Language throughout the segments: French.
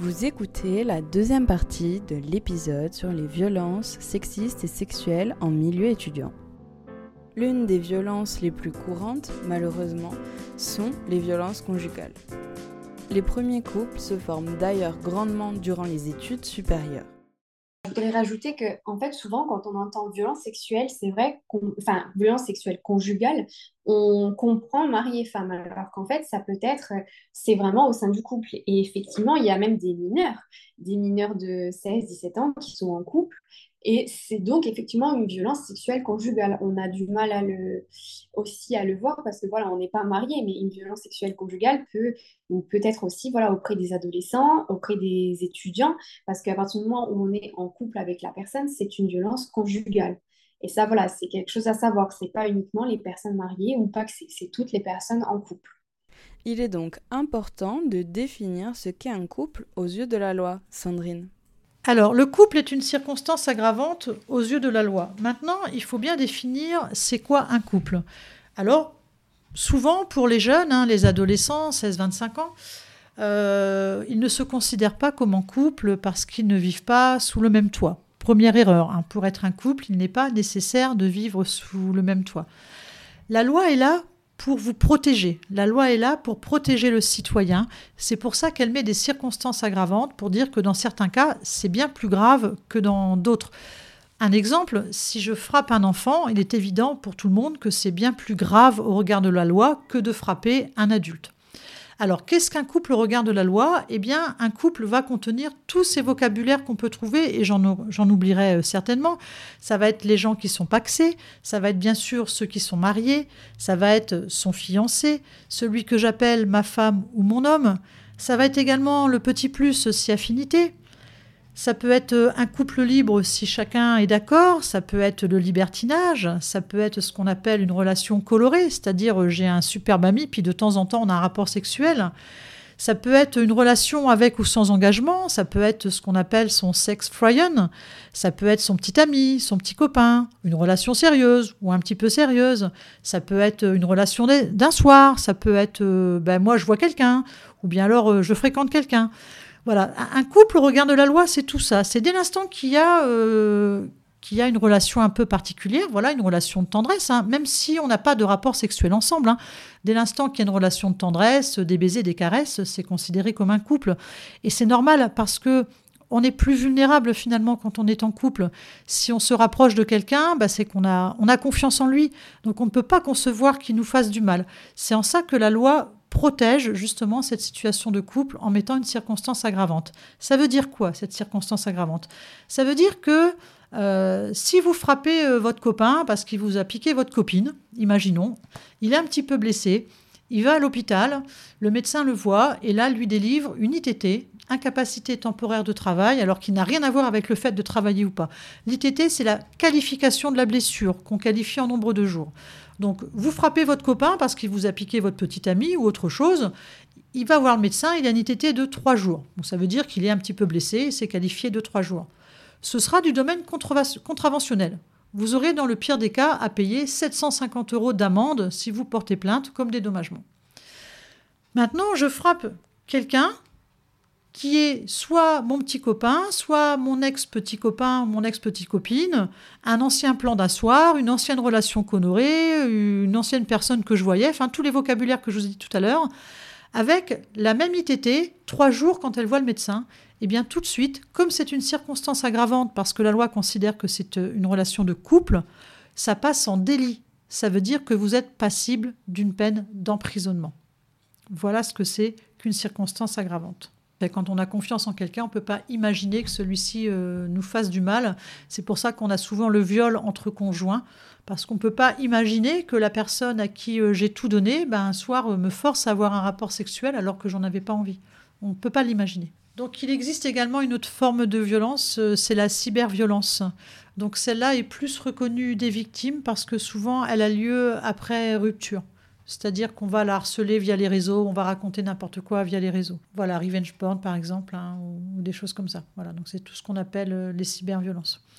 Vous écoutez la deuxième partie de l'épisode sur les violences sexistes et sexuelles en milieu étudiant. L'une des violences les plus courantes, malheureusement, sont les violences conjugales. Les premiers couples se forment d'ailleurs grandement durant les études supérieures. Je voudrais rajouter que, en fait, souvent, quand on entend violence sexuelle, c'est vrai enfin, violence sexuelle conjugale, on comprend mari et femme, alors qu'en fait, ça peut être, c'est vraiment au sein du couple. Et effectivement, il y a même des mineurs de 16, 17 ans qui sont en couple. Et c'est donc effectivement une violence sexuelle conjugale. On a du mal aussi à le voir parce que voilà, on n'est pas marié, mais une violence sexuelle conjugale peut être aussi voilà, auprès des adolescents, auprès des étudiants. Parce qu'à partir du moment où on est en couple avec la personne, c'est une violence conjugale. Et ça, voilà, c'est quelque chose à savoir. C'est pas uniquement les personnes mariées ou pas que c'est toutes les personnes en couple. Il est donc important de définir ce qu'est un couple aux yeux de la loi, Sandrine. Alors, le couple est une circonstance aggravante aux yeux de la loi. Maintenant, il faut bien définir c'est quoi un couple. Alors, souvent, pour les jeunes, les adolescents, 16-25 ans, ils ne se considèrent pas comme en couple parce qu'ils ne vivent pas sous le même toit. Première erreur, pour être un couple, il n'est pas nécessaire de vivre sous le même toit. La loi est là pour vous protéger. La loi est là pour protéger le citoyen. C'est pour ça qu'elle met des circonstances aggravantes pour dire que dans certains cas, c'est bien plus grave que dans d'autres. Un exemple, si je frappe un enfant, il est évident pour tout le monde que c'est bien plus grave au regard de la loi que de frapper un adulte. Alors, qu'est-ce qu'un couple au regard de la loi ? Eh bien, un couple va contenir tous ces vocabulaires qu'on peut trouver, et j'en oublierai certainement. Ça va être les gens qui sont pacsés, ça va être bien sûr ceux qui sont mariés, ça va être son fiancé, celui que j'appelle ma femme ou mon homme, ça va être également le petit plus si affinité. Ça peut être un couple libre si chacun est d'accord, ça peut être le libertinage, ça peut être ce qu'on appelle une relation colorée, c'est-à-dire j'ai un superbe ami, puis de temps en temps on a un rapport sexuel. Ça peut être une relation avec ou sans engagement, ça peut être ce qu'on appelle son sex friend, ça peut être son petit ami, son petit copain, une relation sérieuse ou un petit peu sérieuse, ça peut être une relation d'un soir, ça peut être moi je vois quelqu'un, ou bien alors je fréquente quelqu'un. Voilà, un couple au regard de la loi, c'est tout ça. C'est dès l'instant qu'il y a une relation un peu particulière, voilà, une relation de tendresse, même si on n'a pas de rapport sexuel ensemble. Dès l'instant qu'il y a une relation de tendresse, des baisers, des caresses, c'est considéré comme un couple. Et c'est normal parce que on est plus vulnérable finalement quand on est en couple. Si on se rapproche de quelqu'un, c'est qu'on a confiance en lui. Donc on ne peut pas concevoir qu'il nous fasse du mal. C'est en ça que la loi protège justement cette situation de couple en mettant une circonstance aggravante. Ça veut dire quoi, cette circonstance aggravante ? Ça veut dire que si vous frappez votre copain parce qu'il vous a piqué votre copine, imaginons, il est un petit peu blessé, il va à l'hôpital, le médecin le voit et là lui délivre une ITT, incapacité temporaire de travail, alors qu'il n'a rien à voir avec le fait de travailler ou pas. L'ITT, c'est la qualification de la blessure qu'on qualifie en nombre de jours. Donc, vous frappez votre copain parce qu'il vous a piqué votre petit ami ou autre chose. Il va voir le médecin, il a une ITT de 3 jours. Donc, ça veut dire qu'il est un petit peu blessé et c'est qualifié de 3 jours. Ce sera du domaine contraventionnel. Vous aurez, dans le pire des cas, à payer 750 € d'amende si vous portez plainte comme dédommagement. Maintenant, je frappe quelqu'un qui est soit mon petit copain, soit mon ex-petit copain, mon ex-petite copine, un ancien plan d'un soir, une ancienne relation qu'honorée, une ancienne personne que je voyais, enfin tous les vocabulaires que je vous ai dit tout à l'heure, avec la même ITT, 3 jours quand elle voit le médecin. Eh bien tout de suite, comme c'est une circonstance aggravante parce que la loi considère que c'est une relation de couple, ça passe en délit. Ça veut dire que vous êtes passible d'une peine d'emprisonnement. Voilà ce que c'est qu'une circonstance aggravante. Quand on a confiance en quelqu'un, on ne peut pas imaginer que celui-ci nous fasse du mal. C'est pour ça qu'on a souvent le viol entre conjoints, parce qu'on ne peut pas imaginer que la personne à qui j'ai tout donné, un soir, me force à avoir un rapport sexuel alors que j'en avais pas envie. On ne peut pas l'imaginer. Donc il existe également une autre forme de violence, c'est la cyberviolence. Donc celle-là est plus reconnue des victimes parce que souvent elle a lieu après rupture. C'est-à-dire qu'on va la harceler via les réseaux, on va raconter n'importe quoi via les réseaux. Voilà, revenge porn par exemple, ou des choses comme ça. Voilà, donc c'est tout ce qu'on appelle les cyberviolences. Il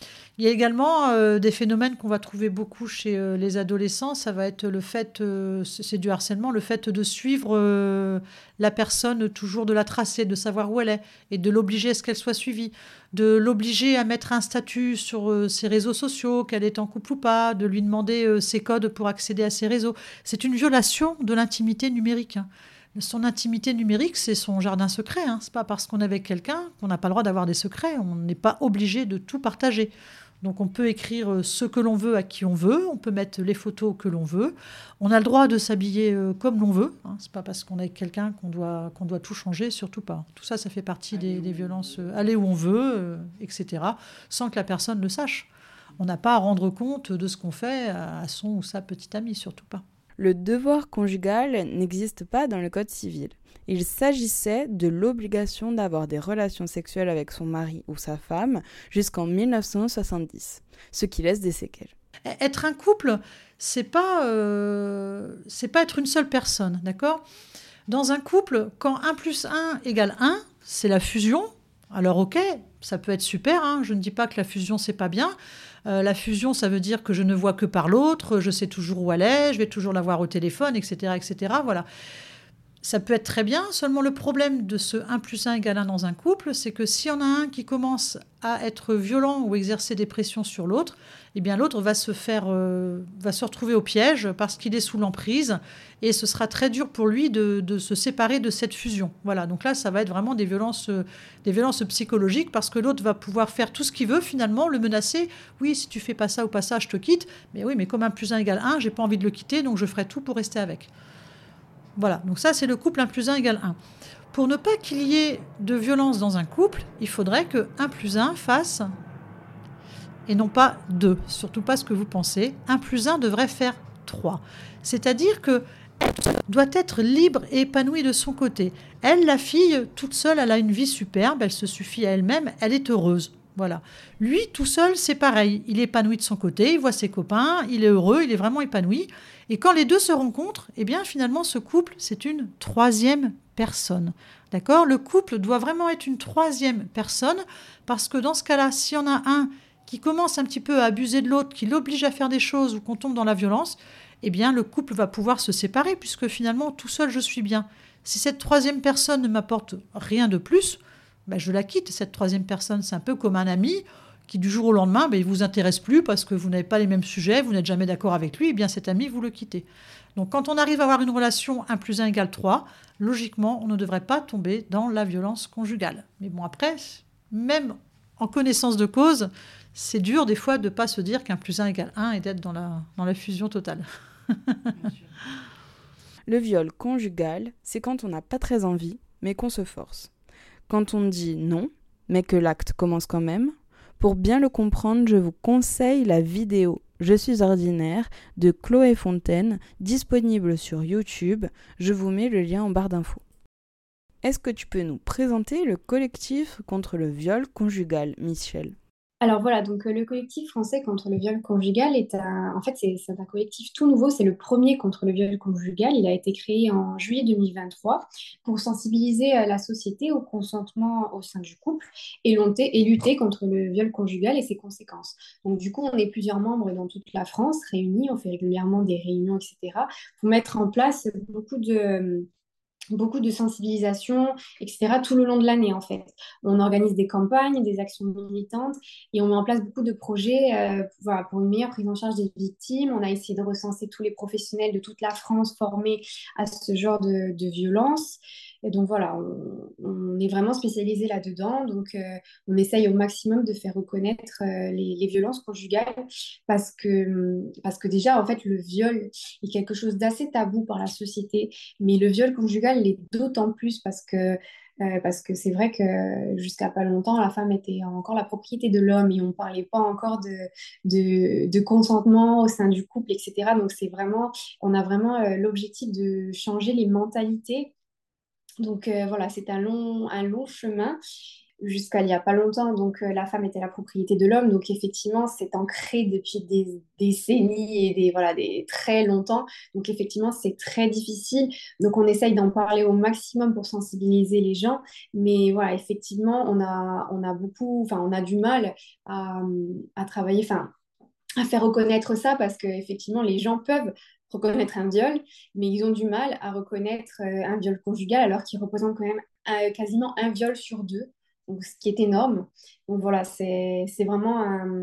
Il y a également des phénomènes qu'on va trouver beaucoup chez les adolescents. Ça va être le fait, c'est du harcèlement, le fait de suivre la personne, toujours de la tracer, de savoir où elle est et de l'obliger à ce qu'elle soit suivie, de l'obliger à mettre un statut sur ses réseaux sociaux, qu'elle est en couple ou pas, de lui demander ses codes pour accéder à ses réseaux. C'est une violation de l'intimité numérique, hein. Son intimité numérique, c'est son jardin secret, hein. C'est pas parce qu'on est avec quelqu'un qu'on n'a pas le droit d'avoir des secrets. On n'est pas obligé de tout partager. Donc on peut écrire ce que l'on veut à qui on veut, on peut mettre les photos que l'on veut, on a le droit de s'habiller comme l'on veut, hein. C'est pas parce qu'on est avec quelqu'un qu'on doit tout changer, surtout pas. Tout ça, ça fait partie des violences, aller où on veut, etc., sans que la personne le sache. On n'a pas à rendre compte de ce qu'on fait à son ou sa petite amie, surtout pas. Le devoir conjugal n'existe pas dans le Code civil. Il s'agissait de l'obligation d'avoir des relations sexuelles avec son mari ou sa femme jusqu'en 1970, ce qui laisse des séquelles. Être un couple, c'est pas être une seule personne, d'accord ? Dans un couple, quand 1 plus 1 égale 1, c'est la fusion. Alors ok, ça peut être super, hein, je ne dis pas que la fusion, c'est pas bien. La fusion, ça veut dire que je ne vois que par l'autre, je sais toujours où elle est, je vais toujours la voir au téléphone, etc., etc. Voilà. Ça peut être très bien, seulement le problème de ce 1 plus 1 égale 1 dans un couple, c'est que s'il y en a un qui commence à être violent ou exercer des pressions sur l'autre, eh bien l'autre va se retrouver au piège parce qu'il est sous l'emprise et ce sera très dur pour lui de se séparer de cette fusion. Voilà, donc là, ça va être vraiment des violences psychologiques parce que l'autre va pouvoir faire tout ce qu'il veut finalement, le menacer. Oui, si tu fais pas ça ou pas ça, je te quitte. Mais oui, mais comme 1 plus 1 égale 1, j'ai pas envie de le quitter, donc je ferai tout pour rester avec. Voilà, donc ça c'est le couple 1 plus 1 égale 1. Pour ne pas qu'il y ait de violence dans un couple, il faudrait que 1 plus 1 fasse, et non pas 2, surtout pas ce que vous pensez, 1 plus 1 devrait faire 3. C'est-à-dire que elle doit être libre et épanouie de son côté. Elle, la fille, toute seule, elle a une vie superbe, elle se suffit à elle-même, elle est heureuse. Voilà. Lui, tout seul, c'est pareil. Il est épanoui de son côté, il voit ses copains, il est heureux, il est vraiment épanoui. Et quand les deux se rencontrent, eh bien, finalement, ce couple, c'est une troisième personne. D'accord ? Le couple doit vraiment être une troisième personne parce que dans ce cas-là, s'il y en a un qui commence un petit peu à abuser de l'autre, qui l'oblige à faire des choses ou qu'on tombe dans la violence, eh bien, le couple va pouvoir se séparer puisque finalement, tout seul, je suis bien. Si cette troisième personne ne m'apporte rien de plus, ben, je la quitte, cette troisième personne. C'est un peu comme un ami qui, du jour au lendemain, ben, il ne vous intéresse plus parce que vous n'avez pas les mêmes sujets, vous n'êtes jamais d'accord avec lui, eh bien cet ami, vous le quittez. Donc quand on arrive à avoir une relation 1 plus 1 égale 3, logiquement, on ne devrait pas tomber dans la violence conjugale. Mais bon, après, même en connaissance de cause, c'est dur des fois de ne pas se dire qu'1 plus 1 égale 1 et d'être dans la fusion totale. Le viol conjugal, c'est quand on n'a pas très envie, mais qu'on se force. Quand on dit non, mais que l'acte commence quand même. Pour bien le comprendre, je vous conseille la vidéo « Je suis ordinaire » de Chloé Fontaine, disponible sur YouTube. Je vous mets le lien en barre d'infos. Est-ce que tu peux nous présenter le collectif contre le viol conjugal, Michel ? Alors voilà, donc le collectif français contre le viol conjugal c'est un collectif tout nouveau, c'est le premier contre le viol conjugal. Il a été créé en juillet 2023 pour sensibiliser la société au consentement au sein du couple et lutter contre le viol conjugal et ses conséquences. Donc du coup, on est plusieurs membres dans toute la France réunis, on fait régulièrement des réunions, etc., pour mettre en place beaucoup de sensibilisation, etc., tout le long de l'année, en fait. On organise des campagnes, des actions militantes et on met en place beaucoup de projets pour une meilleure prise en charge des victimes. On a essayé de recenser tous les professionnels de toute la France formés à ce genre de violence. Et donc voilà, on est vraiment spécialisé là-dedans. Donc on essaye au maximum de faire reconnaître les violences conjugales parce que déjà, en fait, le viol est quelque chose d'assez tabou par la société. Mais le viol conjugal l'est d'autant plus parce que c'est vrai que jusqu'à pas longtemps, la femme était encore la propriété de l'homme et on ne parlait pas encore de consentement au sein du couple, etc. Donc on a vraiment l'objectif de changer les mentalités. Donc voilà, c'est un long chemin. jusqu'à il n'y a pas longtemps. Donc, la femme était la propriété de l'homme. Donc, effectivement, c'est ancré depuis des décennies et voilà, des très longtemps. Donc, effectivement, c'est très difficile. Donc, on essaye d'en parler au maximum pour sensibiliser les gens. Mais voilà, effectivement, on a du mal à travailler, enfin, à faire reconnaître ça parce que effectivement les gens peuvent reconnaître un viol, mais ils ont du mal à reconnaître un viol conjugal alors qu'il représente quand même quasiment un viol sur deux, donc, ce qui est énorme. Donc voilà, c'est vraiment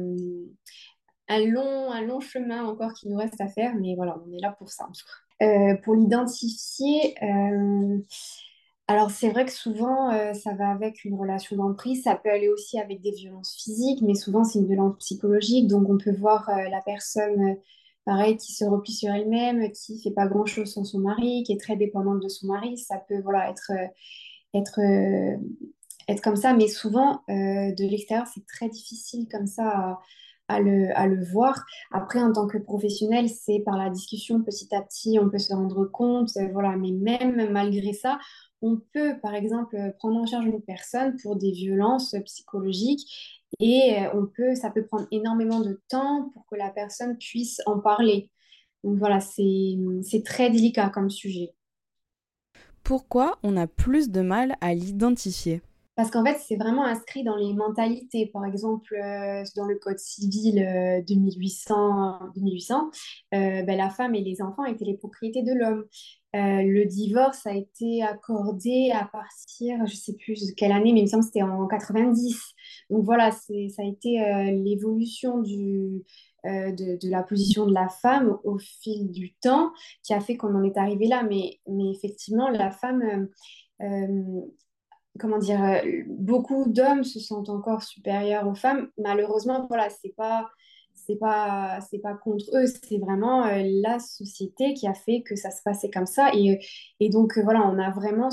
un long chemin encore qui nous reste à faire, mais voilà, on est là pour ça en tout cas. Pour l'identifier, alors c'est vrai que souvent ça va avec une relation d'emprise, ça peut aller aussi avec des violences physiques, mais souvent c'est une violence psychologique, donc on peut voir la personne, pareil, qui se replie sur elle-même, qui fait pas grand-chose sans son mari, qui est très dépendante de son mari, ça peut voilà, être, euh, être comme ça, mais souvent de l'extérieur c'est très difficile comme ça à le voir. Après, en tant que professionnel, c'est par la discussion petit à petit, on peut se rendre compte, voilà, mais même malgré ça, on peut, par exemple, prendre en charge une personne pour des violences psychologiques et ça peut prendre énormément de temps pour que la personne puisse en parler. Donc voilà, c'est très délicat comme sujet. Pourquoi on a plus de mal à l'identifier? Parce qu'en fait, c'est vraiment inscrit dans les mentalités. Par exemple, dans le Code civil de 1800, ben, la femme et les enfants étaient les propriétés de l'homme. Le divorce a été accordé à partir, je ne sais plus de quelle année, mais il me semble que c'était en 90. Donc voilà, ça a été l'évolution de la position de la femme au fil du temps qui a fait qu'on en est arrivé là. Mais effectivement, la femme... comment dire, beaucoup d'hommes se sentent encore supérieurs aux femmes. Malheureusement, voilà, c'est pas contre eux, c'est vraiment la société qui a fait que ça se passait comme ça. Et donc, voilà, on a vraiment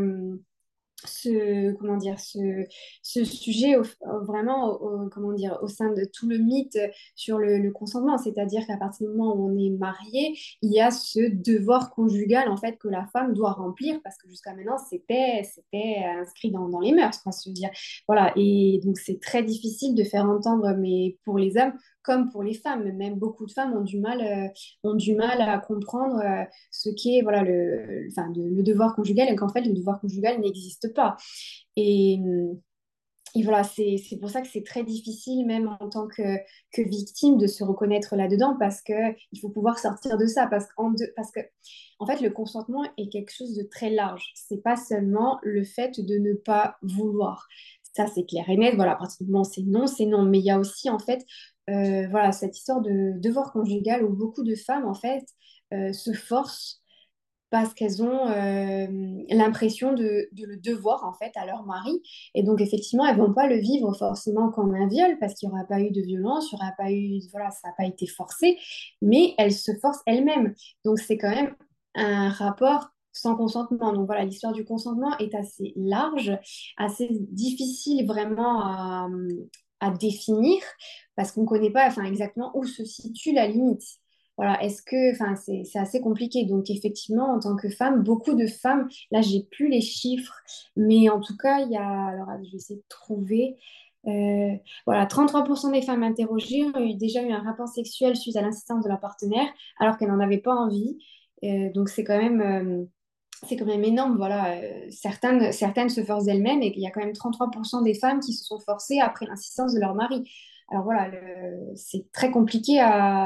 comment dire, ce sujet vraiment comment dire, au sein de tout le mythe sur le consentement. C'est-à-dire qu'à partir du moment où on est marié, il y a ce devoir conjugal en fait que la femme doit remplir parce que jusqu'à maintenant, c'était inscrit dans les mœurs, quoi, se dire. Voilà, et donc c'est très difficile de faire entendre, mais pour les hommes comme pour les femmes, même beaucoup de femmes ont du mal à comprendre ce qu'est voilà, enfin, le devoir conjugal et qu'en fait, le devoir conjugal n'existe pas. Et, et voilà, c'est pour ça que c'est très difficile, même en tant que victime, de se reconnaître là-dedans parce qu'il faut pouvoir sortir de ça. Parce que, en fait, le consentement est quelque chose de très large. C'est pas seulement le fait de ne pas vouloir. Ça, c'est clair et net. Voilà, à partir du moment où c'est non, c'est non. Mais il y a aussi, en fait, voilà, cette histoire de devoir conjugal où beaucoup de femmes, en fait, se forcent parce qu'elles ont l'impression de le devoir en fait à leur mari. Et donc effectivement, elles vont pas le vivre forcément comme un viol parce qu'il n'y aura pas eu de violence, il y aura pas eu, voilà, ça n'a pas été forcé, mais elles se forcent elles-mêmes. Donc c'est quand même un rapport sans consentement. Donc voilà, l'histoire du consentement est assez large, assez difficile vraiment à définir parce qu'on ne connaît pas enfin, exactement où se situe la limite. Voilà, enfin, c'est assez compliqué. Donc, effectivement, en tant que femme, beaucoup de femmes, là, j'ai plus les chiffres, mais en tout cas, il y a, alors, je vais essayer de trouver, euh, voilà, 33% des femmes interrogées ont déjà eu un rapport sexuel suite à l'insistance de leur partenaire, alors qu'elles n'en avaient pas envie. Donc, c'est quand même énorme. Voilà, certaines se forcent d'elles-mêmes et il y a quand même 33% des femmes qui se sont forcées après l'insistance de leur mari. Alors voilà, c'est très compliqué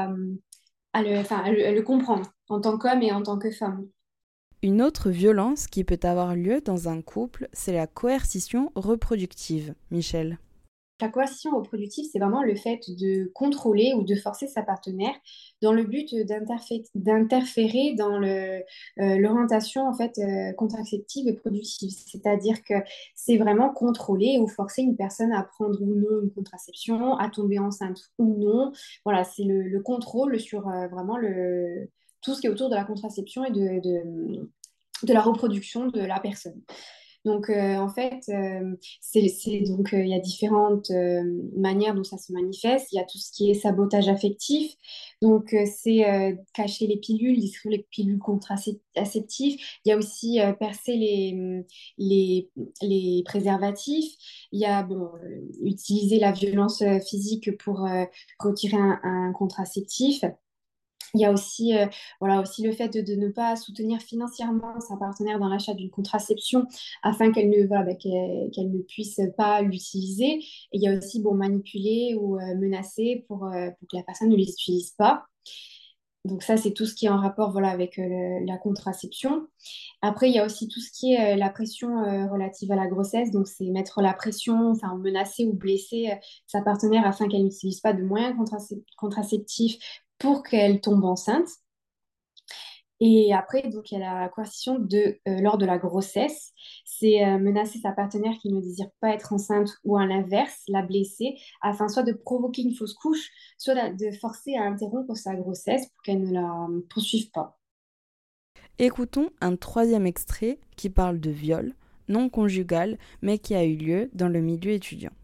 à le comprendre en tant qu'homme et en tant que femme. Une autre violence qui peut avoir lieu dans un couple, c'est la coercition reproductive. Michel. La coercition reproductive, c'est vraiment le fait de contrôler ou de forcer sa partenaire dans le but d'interférer dans l'orientation en fait, contraceptive et productive. C'est-à-dire que c'est vraiment contrôler ou forcer une personne à prendre ou non une contraception, à tomber enceinte ou non. Voilà, c'est le contrôle sur vraiment tout ce qui est autour de la contraception et de la reproduction de la personne. Donc, en fait, donc il y a différentes manières dont ça se manifeste. Il y a tout ce qui est sabotage affectif. Donc, c'est cacher les pilules, distribuer les pilules contraceptives. Il y a aussi percer les, les préservatifs. Il y a bon, utiliser la violence physique pour retirer un contraceptif. Il y a aussi, voilà, aussi le fait de ne pas soutenir financièrement sa partenaire dans l'achat d'une contraception afin qu'elle ne, voilà, bah, qu'elle ne puisse pas l'utiliser. Et il y a aussi bon, manipuler ou menacer pour que la personne ne les utilise pas. Donc ça, c'est tout ce qui est en rapport voilà, avec la contraception. Après, il y a aussi tout ce qui est la pression relative à la grossesse. Donc c'est mettre la pression, enfin menacer ou blesser sa partenaire afin qu'elle n'utilise pas de moyens contraceptifs pour qu'elle tombe enceinte. Et après, donc, il y a la coercition lors de la grossesse. C'est menacer sa partenaire qui ne désire pas être enceinte ou à l'inverse, la blesser, afin soit de provoquer une fausse couche, soit de forcer à interrompre sa grossesse pour qu'elle ne la poursuive pas. Écoutons un troisième extrait qui parle de viol, non conjugal, mais qui a eu lieu dans le milieu étudiant.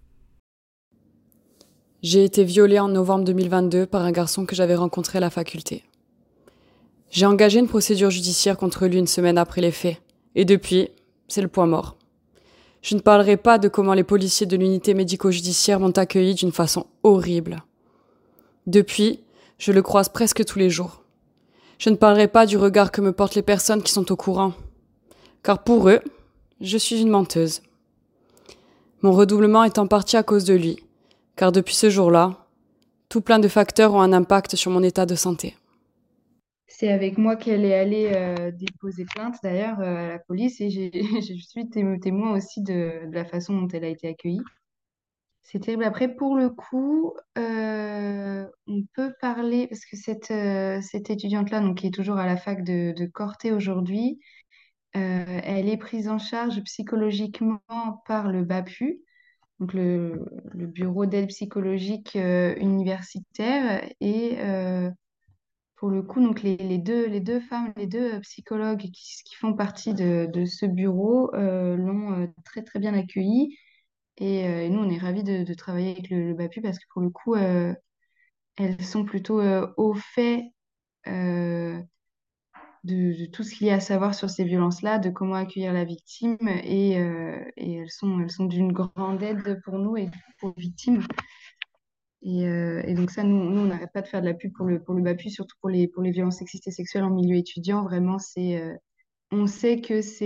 J'ai été violée en novembre 2022 par un garçon que j'avais rencontré à la faculté. J'ai engagé une procédure judiciaire contre lui une semaine après les faits. Et depuis, c'est le point mort. Je ne parlerai pas de comment les policiers de l'unité médico-judiciaire m'ont accueilli d'une façon horrible. Depuis, je le croise presque tous les jours. Je ne parlerai pas du regard que me portent les personnes qui sont au courant. Car pour eux, je suis une menteuse. Mon redoublement est en partie à cause de lui. Car depuis ce jour-là, tout plein de facteurs ont un impact sur mon état de santé. C'est avec moi qu'elle est allée déposer plainte d'ailleurs à la police et je suis témoin aussi de la façon dont elle a été accueillie. C'est terrible. Après, pour le coup, on peut parler, parce que cette étudiante-là, donc, qui est toujours à la fac de Corté aujourd'hui, elle est prise en charge psychologiquement par le BAPU, donc le bureau d'aide psychologique universitaire, et pour le coup, donc les deux femmes, les deux psychologues qui font partie de ce bureau l'ont très très bien accueillie. Et nous, on est ravis de travailler avec le BAPU parce que pour le coup, elles sont plutôt au fait euh, de tout ce qu'il y a à savoir sur ces violences-là, de comment accueillir la victime. Et elles sont d'une grande aide pour nous et pour les victimes. Et donc ça, nous on n'arrête pas de faire de la pub pour le BAPU, surtout pour les violences sexistes et sexuelles en milieu étudiant. Vraiment, on sait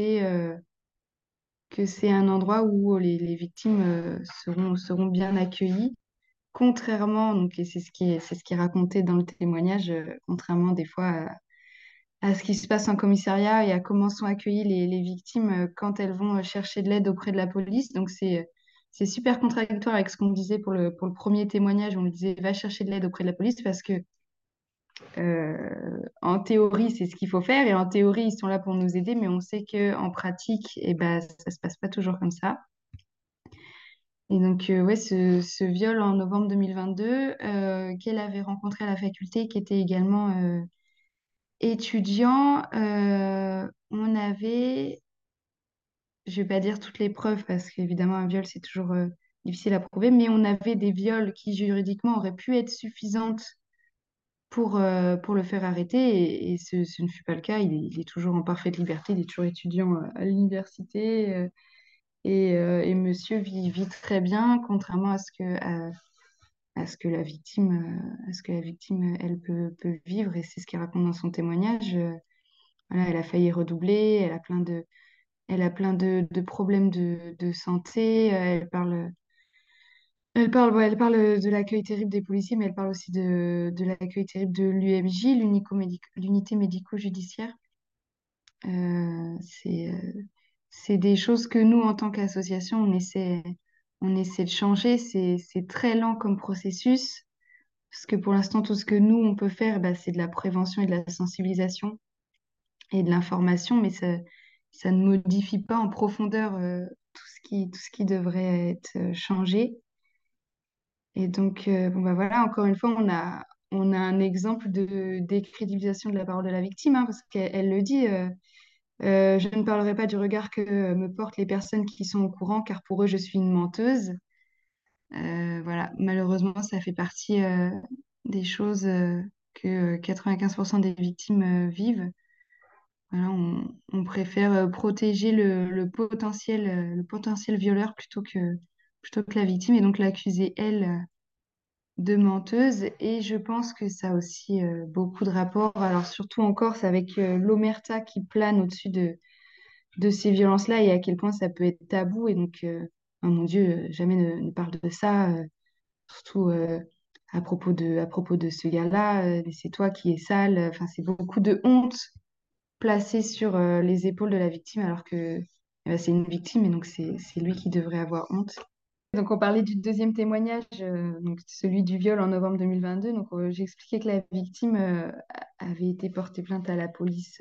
que c'est un endroit où les victimes seront bien accueillies. Contrairement, donc, et c'est ce qui est raconté dans le témoignage, contrairement des fois à ce qui se passe en commissariat et à comment sont accueillies les victimes quand elles vont chercher de l'aide auprès de la police. Donc c'est super contradictoire avec ce qu'on disait pour le premier témoignage. On lui disait va chercher de l'aide auprès de la police parce que en théorie, c'est ce qu'il faut faire et en théorie, ils sont là pour nous aider, mais on sait qu'en pratique, eh ben, ça se passe pas toujours comme ça. Et donc, ouais, ce viol en novembre 2022 qu'elle avait rencontré à la faculté, qui était également étudiant, on avait, je vais pas dire toutes les preuves, parce qu'évidemment, un viol, c'est toujours difficile à prouver, mais on avait des viols qui juridiquement auraient pu être suffisantes pour le faire arrêter, et ce ne fut pas le cas. Il est toujours en parfaite liberté, il est toujours étudiant à l'université. Et monsieur vit très bien, contrairement à ce que la victime, elle peut vivre, et c'est ce qu'il raconte dans son témoignage. Voilà, elle a failli redoubler, elle a plein de problèmes de santé. Elle parle de l'accueil terrible des policiers, mais elle parle aussi de l'accueil terrible de l'UMJ, l'unité médico-judiciaire. C'est des choses que nous, en tant qu'association, on essaie de changer. C'est très lent comme processus, parce que pour l'instant, tout ce que nous, on peut faire, bah, c'est de la prévention et de la sensibilisation et de l'information, mais ça ne modifie pas en profondeur tout ce qui devrait être changé. Et donc, bon, bah, voilà, encore une fois, on a un exemple de décrédibilisation de la parole de la victime, hein, parce qu'elle le dit. Je ne parlerai pas du regard que me portent les personnes qui sont au courant, car pour eux, je suis une menteuse. Voilà, malheureusement, ça fait partie des choses que 95% des victimes vivent. Voilà, on préfère protéger le potentiel violeur plutôt que la victime, et donc l'accuser, elle, de menteuse. Et je pense que ça a aussi beaucoup de rapports, alors surtout en Corse, avec l'omerta qui plane au-dessus de ces violences-là, et à quel point ça peut être tabou. Et donc, oh mon Dieu, jamais ne parle de ça, surtout à propos de ce gars-là, c'est toi qui es sale. Enfin, c'est beaucoup de honte placée sur les épaules de la victime, alors que c'est une victime, et donc c'est lui qui devrait avoir honte. Donc, on parlait du deuxième témoignage, donc celui du viol en novembre 2022. Donc, j'expliquais que la victime avait été portée plainte à la police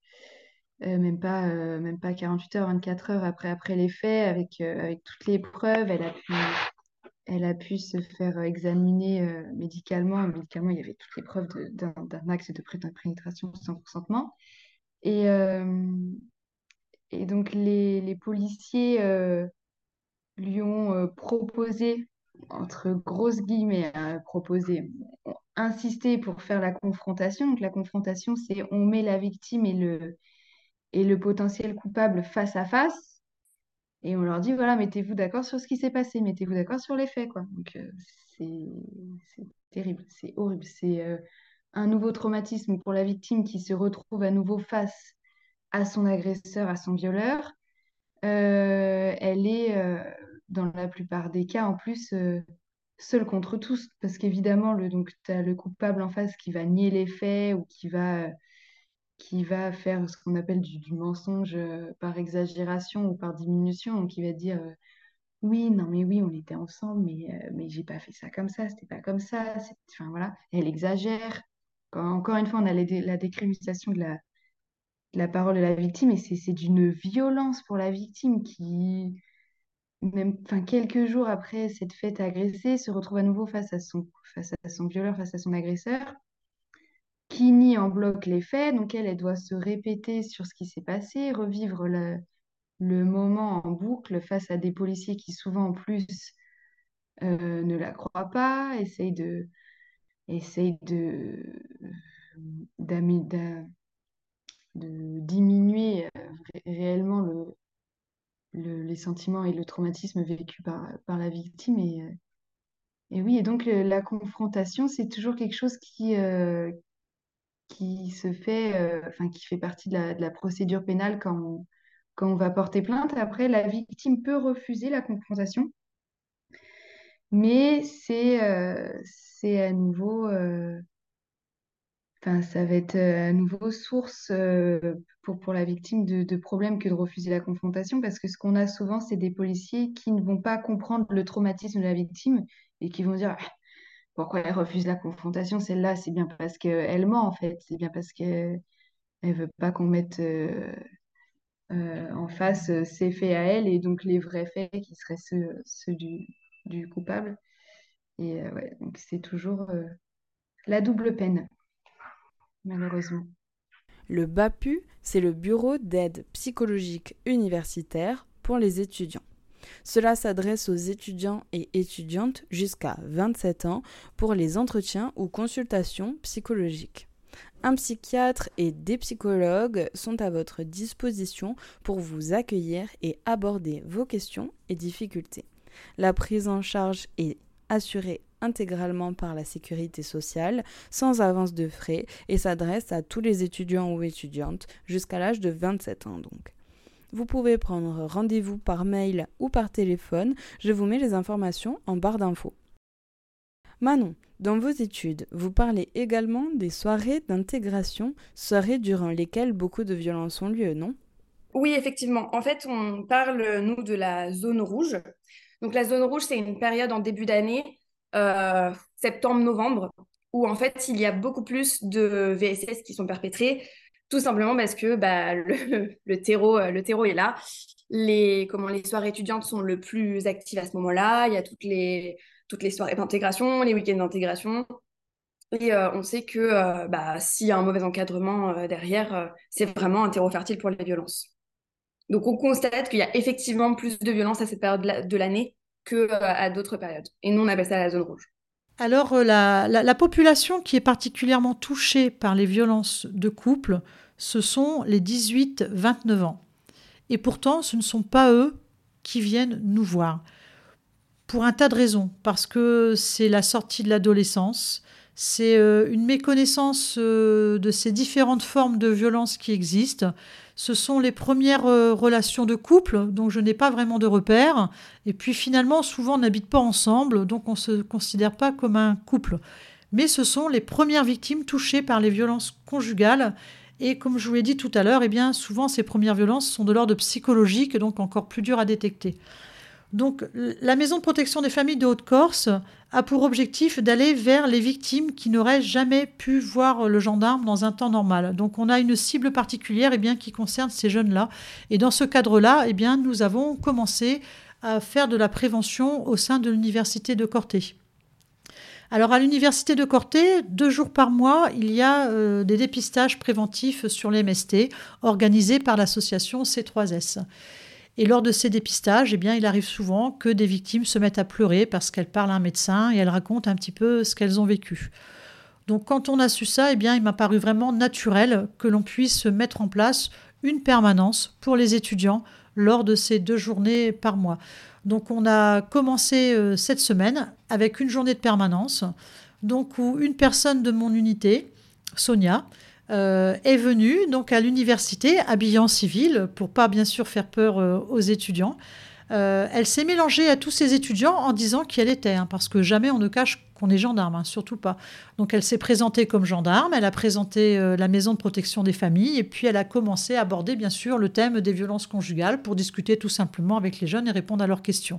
même pas 48 heures, 24 heures après les faits, avec toutes les preuves. Elle a pu se faire examiner médicalement. Médicalement, il y avait toutes les preuves d'un acte de pénétration sans consentement. Et, euh, et donc, les policiers lui ont proposé, entre grosses guillemets, proposé, ont insisté pour faire la confrontation. Donc, la confrontation, c'est on met la victime et le potentiel coupable face à face. Et on leur dit, voilà, mettez-vous d'accord sur ce qui s'est passé, mettez-vous d'accord sur les faits, quoi. Donc, c'est c'est terrible, c'est horrible. C'est un nouveau traumatisme pour la victime qui se retrouve à nouveau face à son agresseur, à son violeur. Elle est, dans la plupart des cas, en plus, seule contre tous, parce qu'évidemment, donc, tu as le coupable en face qui va nier les faits ou qui va faire ce qu'on appelle du mensonge par exagération ou par diminution. Donc, il va dire oui, non, mais oui, on était ensemble, mais j'ai pas fait ça comme ça, c'était pas comme ça. Enfin, voilà, elle exagère. Encore une fois, on a la décriminalisation de la parole de la victime, et c'est d'une violence pour la victime qui, même enfin, quelques jours après cette fête agressée, se retrouve à nouveau face à son violeur, face à son agresseur, qui nie en bloc les faits. Donc elle doit se répéter sur ce qui s'est passé, revivre le moment en boucle face à des policiers qui souvent en plus ne la croient pas, essaye de diminuer réellement les sentiments et le traumatisme vécu par la victime. Et oui, et donc la confrontation, c'est toujours quelque chose qui se fait, enfin, qui fait partie de la procédure pénale quand on va porter plainte. Après, la victime peut refuser la confrontation, mais c'est à nouveau, enfin, ça va être à nouveau source pour la victime de problèmes que de refuser la confrontation, parce que ce qu'on a souvent, c'est des policiers qui ne vont pas comprendre le traumatisme de la victime et qui vont dire: ah, pourquoi elle refuse la confrontation, celle-là? C'est bien parce qu'elle ment, en fait. C'est bien parce qu'elle ne veut pas qu'on mette en face ses faits à elle, et donc les vrais faits qui seraient ceux du coupable. Et ouais, donc c'est toujours la double peine, malheureusement. Le BAPU, c'est le Bureau d'aide psychologique universitaire pour les étudiants. Cela s'adresse aux étudiants et étudiantes jusqu'à 27 ans pour les entretiens ou consultations psychologiques. Un psychiatre et des psychologues sont à votre disposition pour vous accueillir et aborder vos questions et difficultés. La prise en charge est assurée intégralement par la sécurité sociale, sans avance de frais, et s'adresse à tous les étudiants ou étudiantes jusqu'à l'âge de 27 ans donc. Vous pouvez prendre rendez-vous par mail ou par téléphone, je vous mets les informations en barre d'infos. Manon, dans vos études, vous parlez également des soirées d'intégration, soirées durant lesquelles beaucoup de violences ont lieu, non? Oui, effectivement. En fait, on parle, nous, de la zone rouge. Donc, la zone rouge, c'est une période en début d'année, septembre-novembre, où en fait, il y a beaucoup plus de VSS qui sont perpétrés, tout simplement parce que bah, le terreau est là. Les soirées étudiantes sont le plus actives à ce moment-là. Il y a toutes les soirées d'intégration, les week-ends d'intégration. Et on sait que s'il y a un mauvais encadrement derrière, c'est vraiment un terreau fertile pour les violences. Donc on constate qu'il y a effectivement plus de violences à cette période de l'année qu'à d'autres périodes. Et nous, on appelle ça la zone rouge. Alors, la population qui est particulièrement touchée par les violences de couple, ce sont les 18-29 ans. Et pourtant, ce ne sont pas eux qui viennent nous voir. Pour un tas de raisons. Parce que c'est la sortie de l'adolescence, c'est une méconnaissance de ces différentes formes de violence qui existent. Ce sont les premières relations de couple, donc je n'ai pas vraiment de repères. Et puis finalement, souvent, on n'habite pas ensemble, donc on ne se considère pas comme un couple. Mais ce sont les premières victimes touchées par les violences conjugales. Et comme je vous l'ai dit tout à l'heure, eh bien, souvent, ces premières violences sont de l'ordre psychologique, donc encore plus dur à détecter. Donc, la Maison de protection des familles de Haute-Corse a pour objectif d'aller vers les victimes qui n'auraient jamais pu voir le gendarme dans un temps normal. Donc, on a une cible particulière qui concerne ces jeunes-là. Et dans ce cadre-là, nous avons commencé à faire de la prévention au sein de l'université de Corté. Alors, à l'université de Corté, 2 jours par mois, il y a des dépistages préventifs sur les MST organisés par l'association C3S. Et lors de ces dépistages, il arrive souvent que des victimes se mettent à pleurer parce qu'elles parlent à un médecin et elles racontent un petit peu ce qu'elles ont vécu. Donc quand on a su ça, il m'a paru vraiment naturel que l'on puisse mettre en place une permanence pour les étudiants lors de ces 2 journées par mois. Donc on a commencé cette semaine avec une journée de permanence, donc où une personne de mon unité, Sonia, est venue donc à l'université habillée en civil pour pas bien sûr faire peur aux étudiants. Elle s'est mélangée à tous ces étudiants en disant qui elle était, parce que jamais on ne cache qu'on est gendarme, surtout pas. Donc elle s'est présentée comme gendarme, elle a présenté la maison de protection des familles et puis elle a commencé à aborder bien sûr le thème des violences conjugales pour discuter tout simplement avec les jeunes et répondre à leurs questions.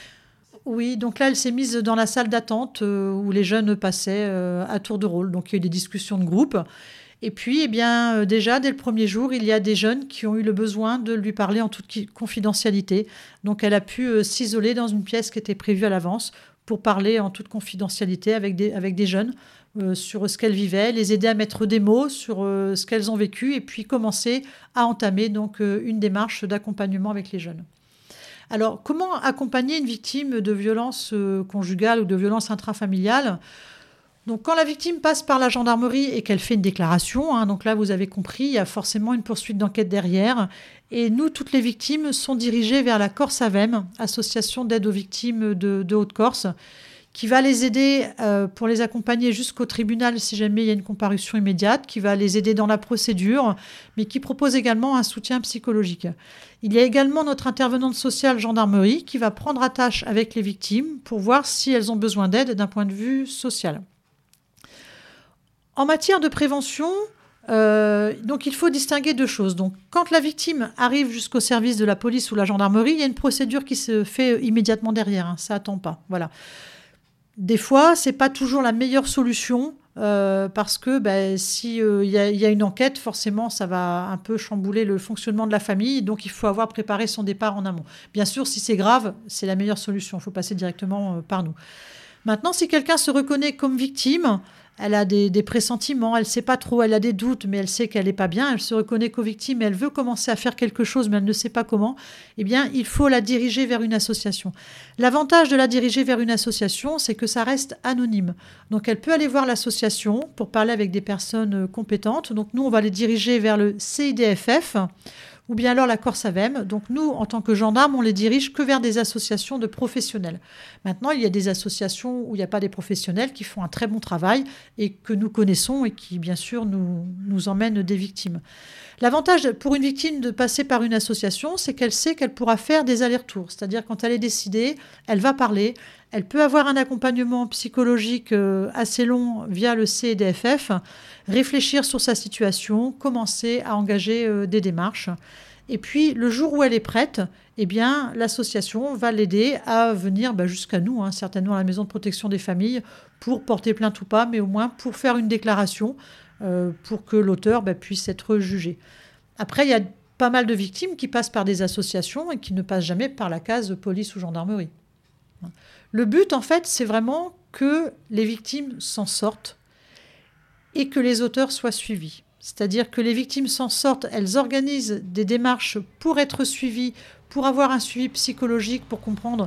Oui, donc là, elle s'est mise dans la salle d'attente où les jeunes passaient à tour de rôle. Donc il y a eu des discussions de groupe. Et puis, déjà, dès le premier jour, il y a des jeunes qui ont eu le besoin de lui parler en toute confidentialité. Donc, elle a pu s'isoler dans une pièce qui était prévue à l'avance pour parler en toute confidentialité avec des jeunes sur ce qu'elles vivaient, les aider à mettre des mots sur ce qu'elles ont vécu et puis commencer à entamer donc une démarche d'accompagnement avec les jeunes. Alors, comment accompagner une victime de violence conjugale ou de violence intrafamiliale ? Donc, quand la victime passe par la gendarmerie et qu'elle fait une déclaration, donc là, vous avez compris, il y a forcément une poursuite d'enquête derrière. Et nous, toutes les victimes sont dirigées vers la Corse Avem, association d'aide aux victimes de Haute-Corse, qui va les aider pour les accompagner jusqu'au tribunal si jamais il y a une comparution immédiate, qui va les aider dans la procédure, mais qui propose également un soutien psychologique. Il y a également notre intervenante sociale gendarmerie qui va prendre attache avec les victimes pour voir si elles ont besoin d'aide d'un point de vue social. En matière de prévention, donc il faut distinguer 2 choses. Donc, quand la victime arrive jusqu'au service de la police ou la gendarmerie, il y a une procédure qui se fait immédiatement derrière. Ça n'attend pas. Voilà. Des fois, ce n'est pas toujours la meilleure solution parce que si y a une enquête, forcément, ça va un peu chambouler le fonctionnement de la famille. Donc, il faut avoir préparé son départ en amont. Bien sûr, si c'est grave, c'est la meilleure solution. Il faut passer directement par nous. Maintenant, si quelqu'un se reconnaît comme victime, elle a des pressentiments, elle ne sait pas trop, elle a des doutes, mais elle sait qu'elle n'est pas bien, elle se reconnaît comme victime, elle veut commencer à faire quelque chose, mais elle ne sait pas comment, il faut la diriger vers une association. L'avantage de la diriger vers une association, c'est que ça reste anonyme. Donc, elle peut aller voir l'association pour parler avec des personnes compétentes. Donc, nous, on va les diriger vers le CIDFF, ou bien alors la Corse Avem. Donc nous, en tant que gendarmes, on les dirige que vers des associations de professionnels. Maintenant, il y a des associations où il n'y a pas des professionnels qui font un très bon travail et que nous connaissons et qui, bien sûr, nous emmènent des victimes. L'avantage pour une victime de passer par une association, c'est qu'elle sait qu'elle pourra faire des allers-retours. C'est-à-dire quand elle est décidée, elle va parler, elle peut avoir un accompagnement psychologique assez long via le CEDFF, réfléchir sur sa situation, commencer à engager des démarches. Et puis, le jour où elle est prête, l'association va l'aider à venir jusqu'à nous, certainement à la maison de protection des familles, pour porter plainte ou pas, mais au moins pour faire une déclaration pour que l'auteur puisse être jugé. Après, il y a pas mal de victimes qui passent par des associations et qui ne passent jamais par la case police ou gendarmerie. Le but, en fait, c'est vraiment que les victimes s'en sortent et que les auteurs soient suivis. C'est-à-dire que les victimes s'en sortent, elles organisent des démarches pour être suivies, pour avoir un suivi psychologique, pour comprendre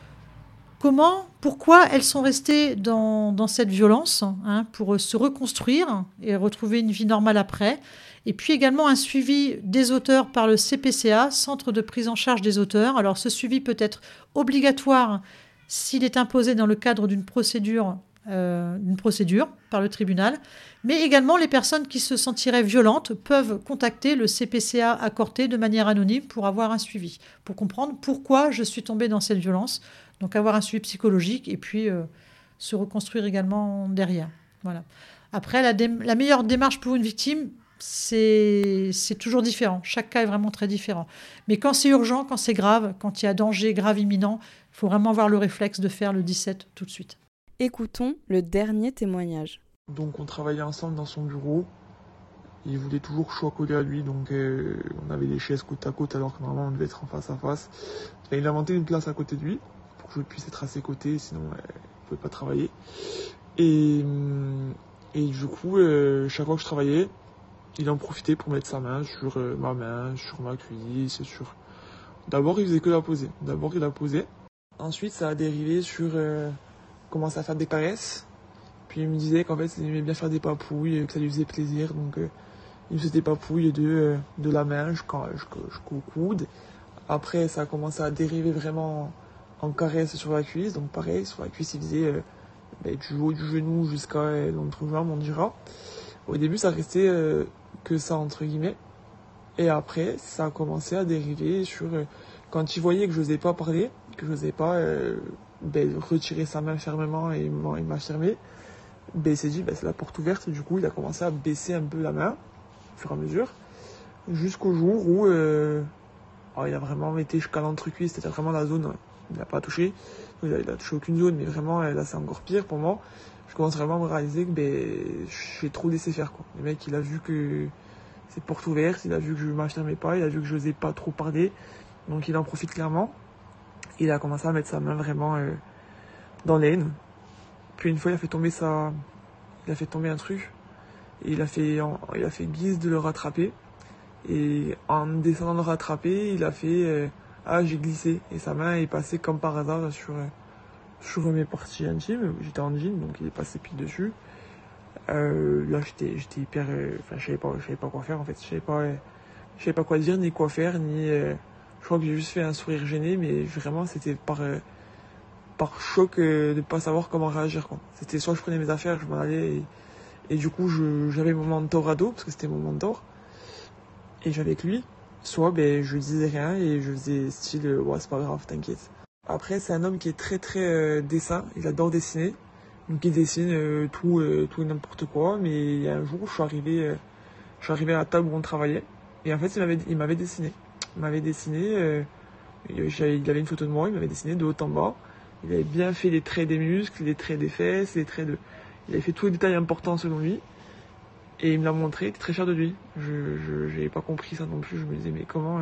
pourquoi elles sont restées dans cette violence, pour se reconstruire et retrouver une vie normale après. Et puis également un suivi des auteurs par le CPCA, Centre de prise en charge des auteurs. Alors ce suivi peut être obligatoire s'il est imposé dans le cadre d'une procédure par le tribunal, mais également les personnes qui se sentiraient violentes peuvent contacter le CPCA à Corté de manière anonyme pour avoir un suivi, pour comprendre pourquoi je suis tombée dans cette violence, donc avoir un suivi psychologique et puis se reconstruire également derrière. Voilà. Après, la meilleure démarche pour une victime, c'est toujours différent. Chaque cas est vraiment très différent. Mais quand c'est urgent, quand c'est grave, quand il y a danger grave imminent, il faut vraiment avoir le réflexe de faire le 17 tout de suite. Écoutons le dernier témoignage. Donc on travaillait ensemble dans son bureau. Il voulait toujours que je sois collé à lui, donc on avait des chaises côte à côte alors que normalement on devait être en face à face. Et il a inventé une place à côté de lui pour que je puisse être à ses côtés, sinon il ne pouvait pas travailler. Et du coup, chaque fois que je travaillait, il en profitait pour mettre sa main sur ma main, sur ma cuisse, sur... D'abord il faisait que la poser. D'abord il la posait. Ensuite ça a dérivé sur... commençait à faire des caresses, puis il me disait qu'en fait il aimait bien faire des papouilles, que ça lui faisait plaisir, donc il me faisait des papouilles de la main jusqu'au coude. Après ça a commencé à dériver vraiment en caresses sur la cuisse, donc pareil, sur la cuisse il faisait du haut du genou jusqu'à l'entrejambe, on dira. Au début ça restait que ça entre guillemets, et après ça a commencé à dériver sur quand il voyait que je n'osais pas parler, que je n'osais pas retirer sa main fermement et m'affirmer, il s'est dit c'est la porte ouverte. Du coup il a commencé à baisser un peu la main au fur et à mesure jusqu'au jour où il a vraiment été jusqu'à l'entrecuisse, c'était vraiment la zone, il n'a pas touché, il a touché aucune zone, mais vraiment là c'est encore pire pour moi. Je commence vraiment à me réaliser que j'ai trop laissé faire quoi. Le mec il a vu que c'est porte ouverte, il a vu que je m'affirmais pas, il a vu que je n'osais pas trop parler, donc il en profite clairement. Il a commencé à mettre sa main vraiment dans l'aine. Puis une fois, il a fait tomber un truc. Et il a fait guise de le rattraper. Et en descendant le rattraper, il a fait j'ai glissé. Et sa main est passée comme par hasard sur mes parties intimes. J'étais en jean, donc il est passé pile dessus. Là, j'étais hyper... je savais pas quoi faire en fait. Je savais pas quoi dire, ni quoi faire, ni... Je crois que j'ai juste fait un sourire gêné, mais vraiment c'était par choc de ne pas savoir comment réagir quoi. C'était soit je prenais mes affaires, je m'en allais et du coup j'avais mon mentor à dos parce que c'était mon mentor et j'avais avec lui, soit je disais rien et je faisais style c'est pas grave, t'inquiète. Après c'est un homme qui est très très dessin, il adore dessiner, donc il dessine tout et n'importe quoi, mais il y a un jour je suis arrivé à la table où on travaillait et en fait il m'avait dessiné. Il m'avait dessiné, il avait une photo de moi, il m'avait dessiné de haut en bas. Il avait bien fait les traits des muscles, les traits des fesses, il avait fait tous les détails importants selon lui. Et il me l'a montré, il était très fier de lui. Je n'avais pas compris ça non plus, je me disais mais comment...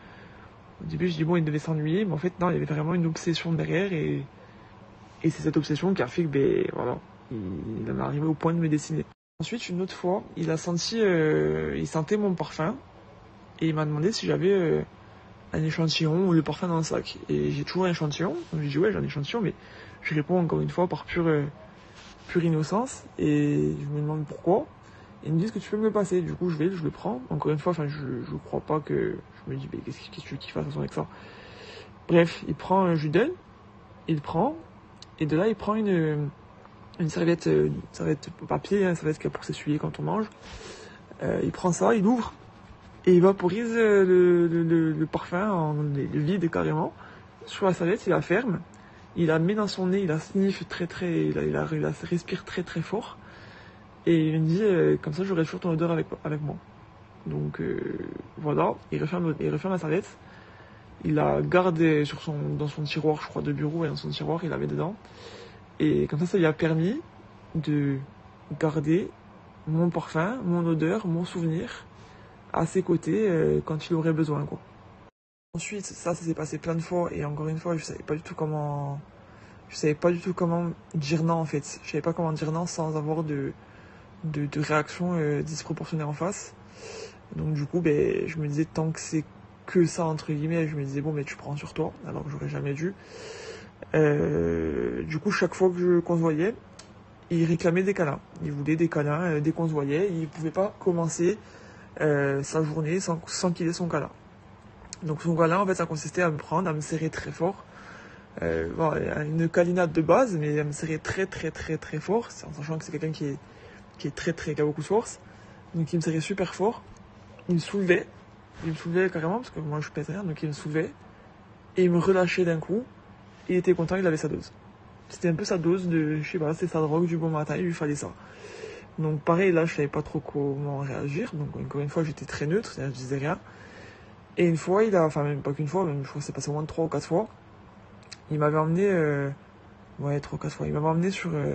Au début je dis il devait s'ennuyer, mais en fait non, il y avait vraiment une obsession derrière et c'est cette obsession qui a fait que il en est arrivé au point de me dessiner. Ensuite une autre fois, il sentait mon parfum. Et il m'a demandé si j'avais un échantillon ou le parfum dans le sac. Et j'ai toujours un échantillon. Donc j'ai dit ouais, j'ai un échantillon, mais je réponds encore une fois par pure innocence. Et je me demande pourquoi. Et ils me disent que tu peux me le passer. Du coup je le prends. Encore une fois, je crois pas que... Je me dis qu'est-ce que tu veux qu'il fasse avec ça. Bref, il prend, je lui donne. Il prend. Et de là il prend une serviette papier, une serviette pour s'essuyer quand on mange. Il prend ça, il ouvre. Et il vaporise le parfum, le vide carrément, sur la serviette, il la ferme, il la met dans son nez, il la sniffe il la respire très très fort, et il me dit, comme ça j'aurai toujours ton odeur avec moi. Donc voilà, il referme la serviette, il la garde dans son tiroir, je crois, de bureau, et dans son tiroir, il la met dedans, et comme ça lui a permis de garder mon parfum, mon odeur, mon souvenir, à ses côtés quand il aurait besoin quoi. Ensuite ça s'est passé plein de fois et encore une fois je savais pas du tout comment dire non en fait. Je savais pas comment dire non sans avoir de de réactions disproportionnées en face. Donc du coup, je me disais, tant que c'est que ça, entre guillemets, je me disais, bon, tu prends sur toi, alors que j'aurais jamais dû. Du coup, chaque fois qu'on se voyait, il réclamait des câlins. Il voulait des câlins dès qu'on se voyait. Il pouvait pas commencer sa journée sans qu'il ait son câlin. Donc son câlin, en fait, ça consistait à me prendre, à me serrer très fort. Une câlinade de base, mais à me serrer très très très très fort, en sachant que c'est quelqu'un qui a beaucoup de force. Donc il me serrait super fort. Il me soulevait carrément, parce que moi je pèse rien, donc il me soulevait. Et il me relâchait d'un coup. Il était content, il avait sa dose. C'était un peu sa dose de, je sais pas, c'est sa drogue du bon matin, il lui fallait ça. Donc pareil, là je savais pas trop comment réagir, donc encore une fois j'étais très neutre, c'est-à-dire je disais rien. Et une fois, même pas qu'une fois, même je crois que c'est passé au moins 3 ou 4 fois, il m'avait emmené, 3 ou 4 fois, il m'avait emmené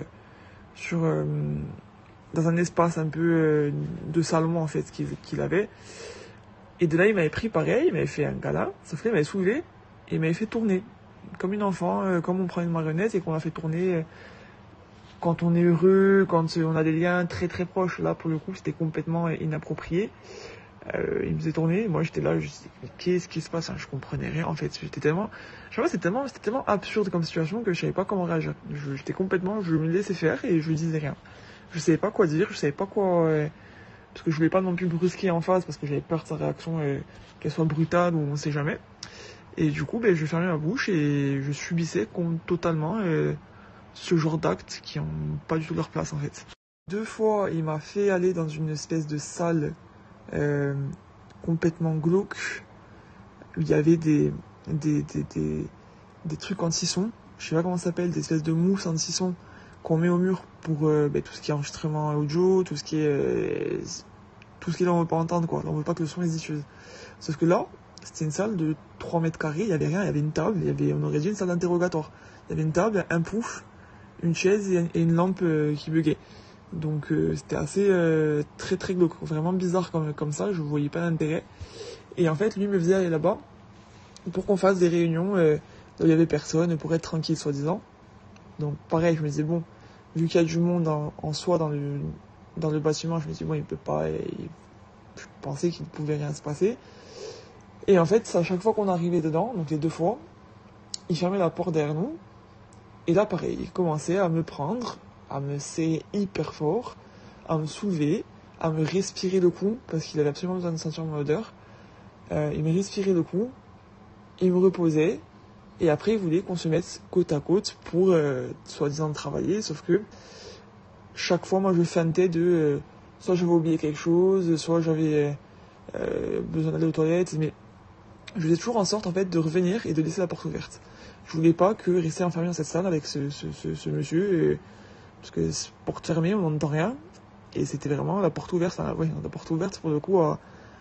dans un espace un peu de salon en fait qu'il avait. Et de là il m'avait pris pareil, il m'avait fait un câlin, sauf qu'il m'avait soulevé et il m'avait fait tourner. Comme une enfant, comme on prend une marionnette et qu'on la fait tourner quand on est heureux, quand on a des liens très très proches. Là pour le coup c'était complètement inapproprié. Il me faisait tourner, moi j'étais là, je me disais, mais qu'est-ce qui se passe, je comprenais rien en fait. C'était tellement absurde comme situation que je savais pas comment réagir. Je me laissais faire et je disais rien. Je savais pas quoi dire, je savais pas quoi, parce que je voulais pas non plus brusquer en face parce que j'avais peur de sa réaction, qu'elle soit brutale ou on sait jamais. Et du coup, je fermais ma bouche et je subissais totalement ce genre d'actes qui ont pas du tout leur place en fait. 2 fois, il m'a fait aller dans une espèce de salle complètement glauque. Il y avait des trucs anti-son, je sais pas comment ça s'appelle, des espèces de mousse anti-son qu'on met au mur pour tout ce qui est enregistrement audio, tout ce qui est là on veut pas entendre quoi, là on veut pas que le son est diffuse. Sauf que là, c'était une salle de 3 mètres carrés, il y avait rien, il y avait une table, on aurait dit une salle d'interrogatoire. Il y avait une table, un pouf, une chaise et une lampe qui buguait. Donc c'était assez très très glauque, vraiment bizarre comme ça, je voyais pas d'intérêt. Et en fait lui me faisait aller là-bas pour qu'on fasse des réunions là où il y avait personne, pour être tranquille soi-disant. Donc pareil, je me disais bon, vu qu'il y a du monde en soi dans le bâtiment, je me dis bon il peut pas, je pensais qu'il ne pouvait rien se passer. Et en fait à chaque fois qu'on arrivait dedans, donc les 2 fois, il fermait la porte derrière nous. Et là pareil, il commençait à me prendre, à me serrer hyper fort, à me soulever, à me respirer le cou, parce qu'il avait absolument besoin de sentir mon odeur. Il me respirait le cou, il me reposait, et après il voulait qu'on se mette côte à côte pour soi-disant travailler, sauf que chaque fois moi je feintais de soit j'avais oublié quelque chose, soit j'avais besoin d'aller aux toilettes, mais je faisais toujours en sorte en fait de revenir et de laisser la porte ouverte. Je voulais pas que rester enfermé dans cette salle avec ce monsieur, parce que porte fermée, on n'entend rien, et c'était vraiment la porte ouverte, la porte ouverte pour le coup à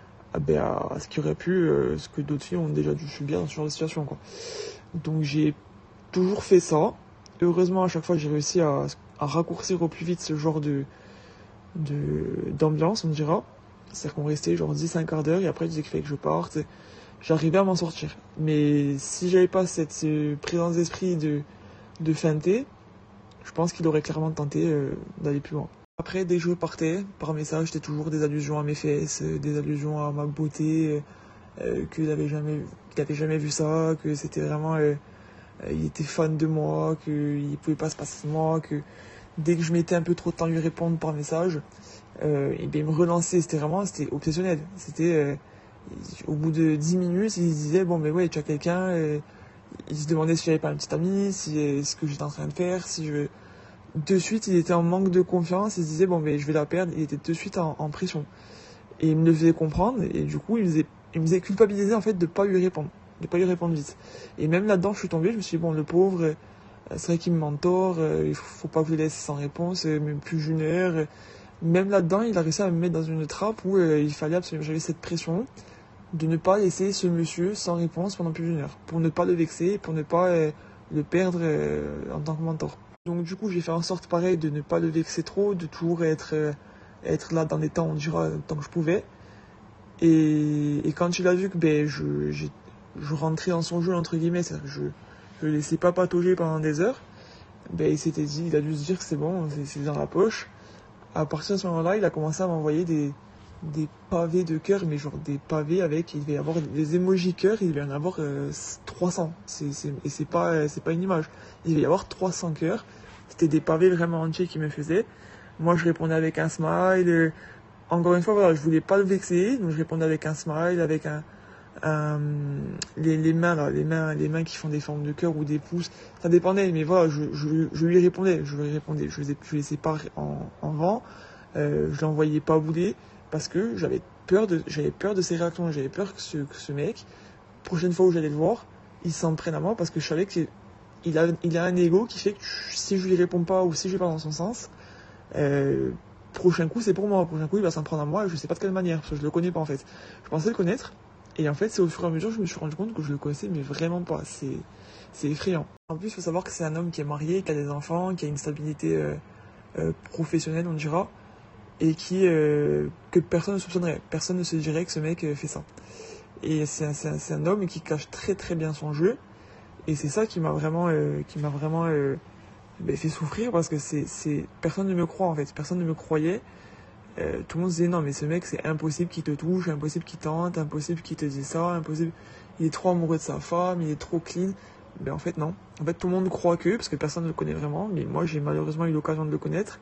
ce qui aurait pu, ce que d'autres filles ont déjà dû subir dans ce genre de situation, quoi. Donc j'ai toujours fait ça. Heureusement, à chaque fois, j'ai réussi à raccourcir au plus vite ce genre d'ambiance, on dira. C'est-à-dire qu'on restait genre 10 un quart d'heure, et après, je disais qu'il fallait que je parte. J'arrivais à m'en sortir. Mais si j'avais pas cette présence d'esprit de feinter, je pense qu'il aurait clairement tenté d'aller plus loin. Après, dès que je partais, par message, c'était toujours des allusions à mes fesses, des allusions à ma beauté, qu'il avait jamais vu ça, que c'était vraiment... il était fan de moi, qu'il pouvait pas se passer de moi, que dès que je mettais un peu trop de temps à lui répondre par message, il me relançait, c'était obsessionnel. C'était... au bout de 10 minutes, il disait, bon, mais ouais, tu as quelqu'un, il se demandait si j'avais pas un petit ami, ce que j'étais en train de faire, De suite, il était en manque de confiance, il se disait, bon, mais je vais la perdre, il était de suite en pression. Et il me le faisait comprendre, et du coup, il me faisait culpabiliser, en fait, de pas lui répondre vite. Et même là-dedans, je suis tombé, je me suis dit, bon, le pauvre, c'est vrai qu'il me mentor, il faut pas que je le laisse sans réponse, même plus d'une heure. Même là-dedans, il a réussi à me mettre dans une trappe où il fallait absolument, j'avais cette pression de ne pas laisser ce monsieur sans réponse pendant plus d'une heure, pour ne pas le vexer, pour ne pas le perdre en tant que mentor. Donc du coup, j'ai fait en sorte pareil de ne pas le vexer trop, de toujours être là dans les temps, on dira, tant que je pouvais. Et quand il a vu que je rentrais dans son jeu, entre guillemets, c'est-à-dire que je le laissais pas patauger pendant des heures, il s'était dit, il a dû se dire que c'est bon, c'est dans la poche. À partir de ce moment-là, il a commencé à m'envoyer des pavés de cœur, mais genre des pavés avec, il devait y avoir des emojis cœur, il devait y en avoir 300. Et c'est pas une image. Il devait y avoir 300 cœurs. C'était des pavés vraiment entiers qu'il me faisait. Moi, je répondais avec un smile. Encore une fois, voilà, je voulais pas le vexer, donc je répondais avec un smile, avec un les mains là, les mains qui font des formes de cœur ou des pouces, ça dépendait, mais voilà, je lui répondais, je les sépare en vent, je l'envoyais pas bouler parce que j'avais peur de ses réactions, j'avais peur que ce mec, prochaine fois où j'allais le voir, il s'en prenne à moi parce que je savais que il a un ego qui fait que si je lui réponds pas ou si je vais pas dans son sens, euh, prochain coup c'est pour moi, prochain coup il va s'en prendre à moi et je sais pas de quelle manière, parce que je le connais pas en fait. Je pensais le connaître, et en fait c'est au fur et à mesure que je me suis rendu compte que je le connaissais mais vraiment pas, c'est effrayant. En plus il faut savoir que c'est un homme qui est marié, qui a des enfants, qui a une stabilité professionnelle on dira, et que personne ne soupçonnerait, personne ne se dirait que ce mec fait ça. Et c'est un homme qui cache très très bien son jeu, et c'est ça qui m'a vraiment fait souffrir parce que personne ne me croit en fait, personne ne me croyait. Tout le monde se disait non mais ce mec c'est impossible qu'il te touche, impossible qu'il tente, impossible qu'il te dise ça, impossible, il est trop amoureux de sa femme, il est trop clean. Mais en fait non, en fait tout le monde croit que, parce que personne ne le connaît vraiment, mais moi j'ai malheureusement eu l'occasion de le connaître,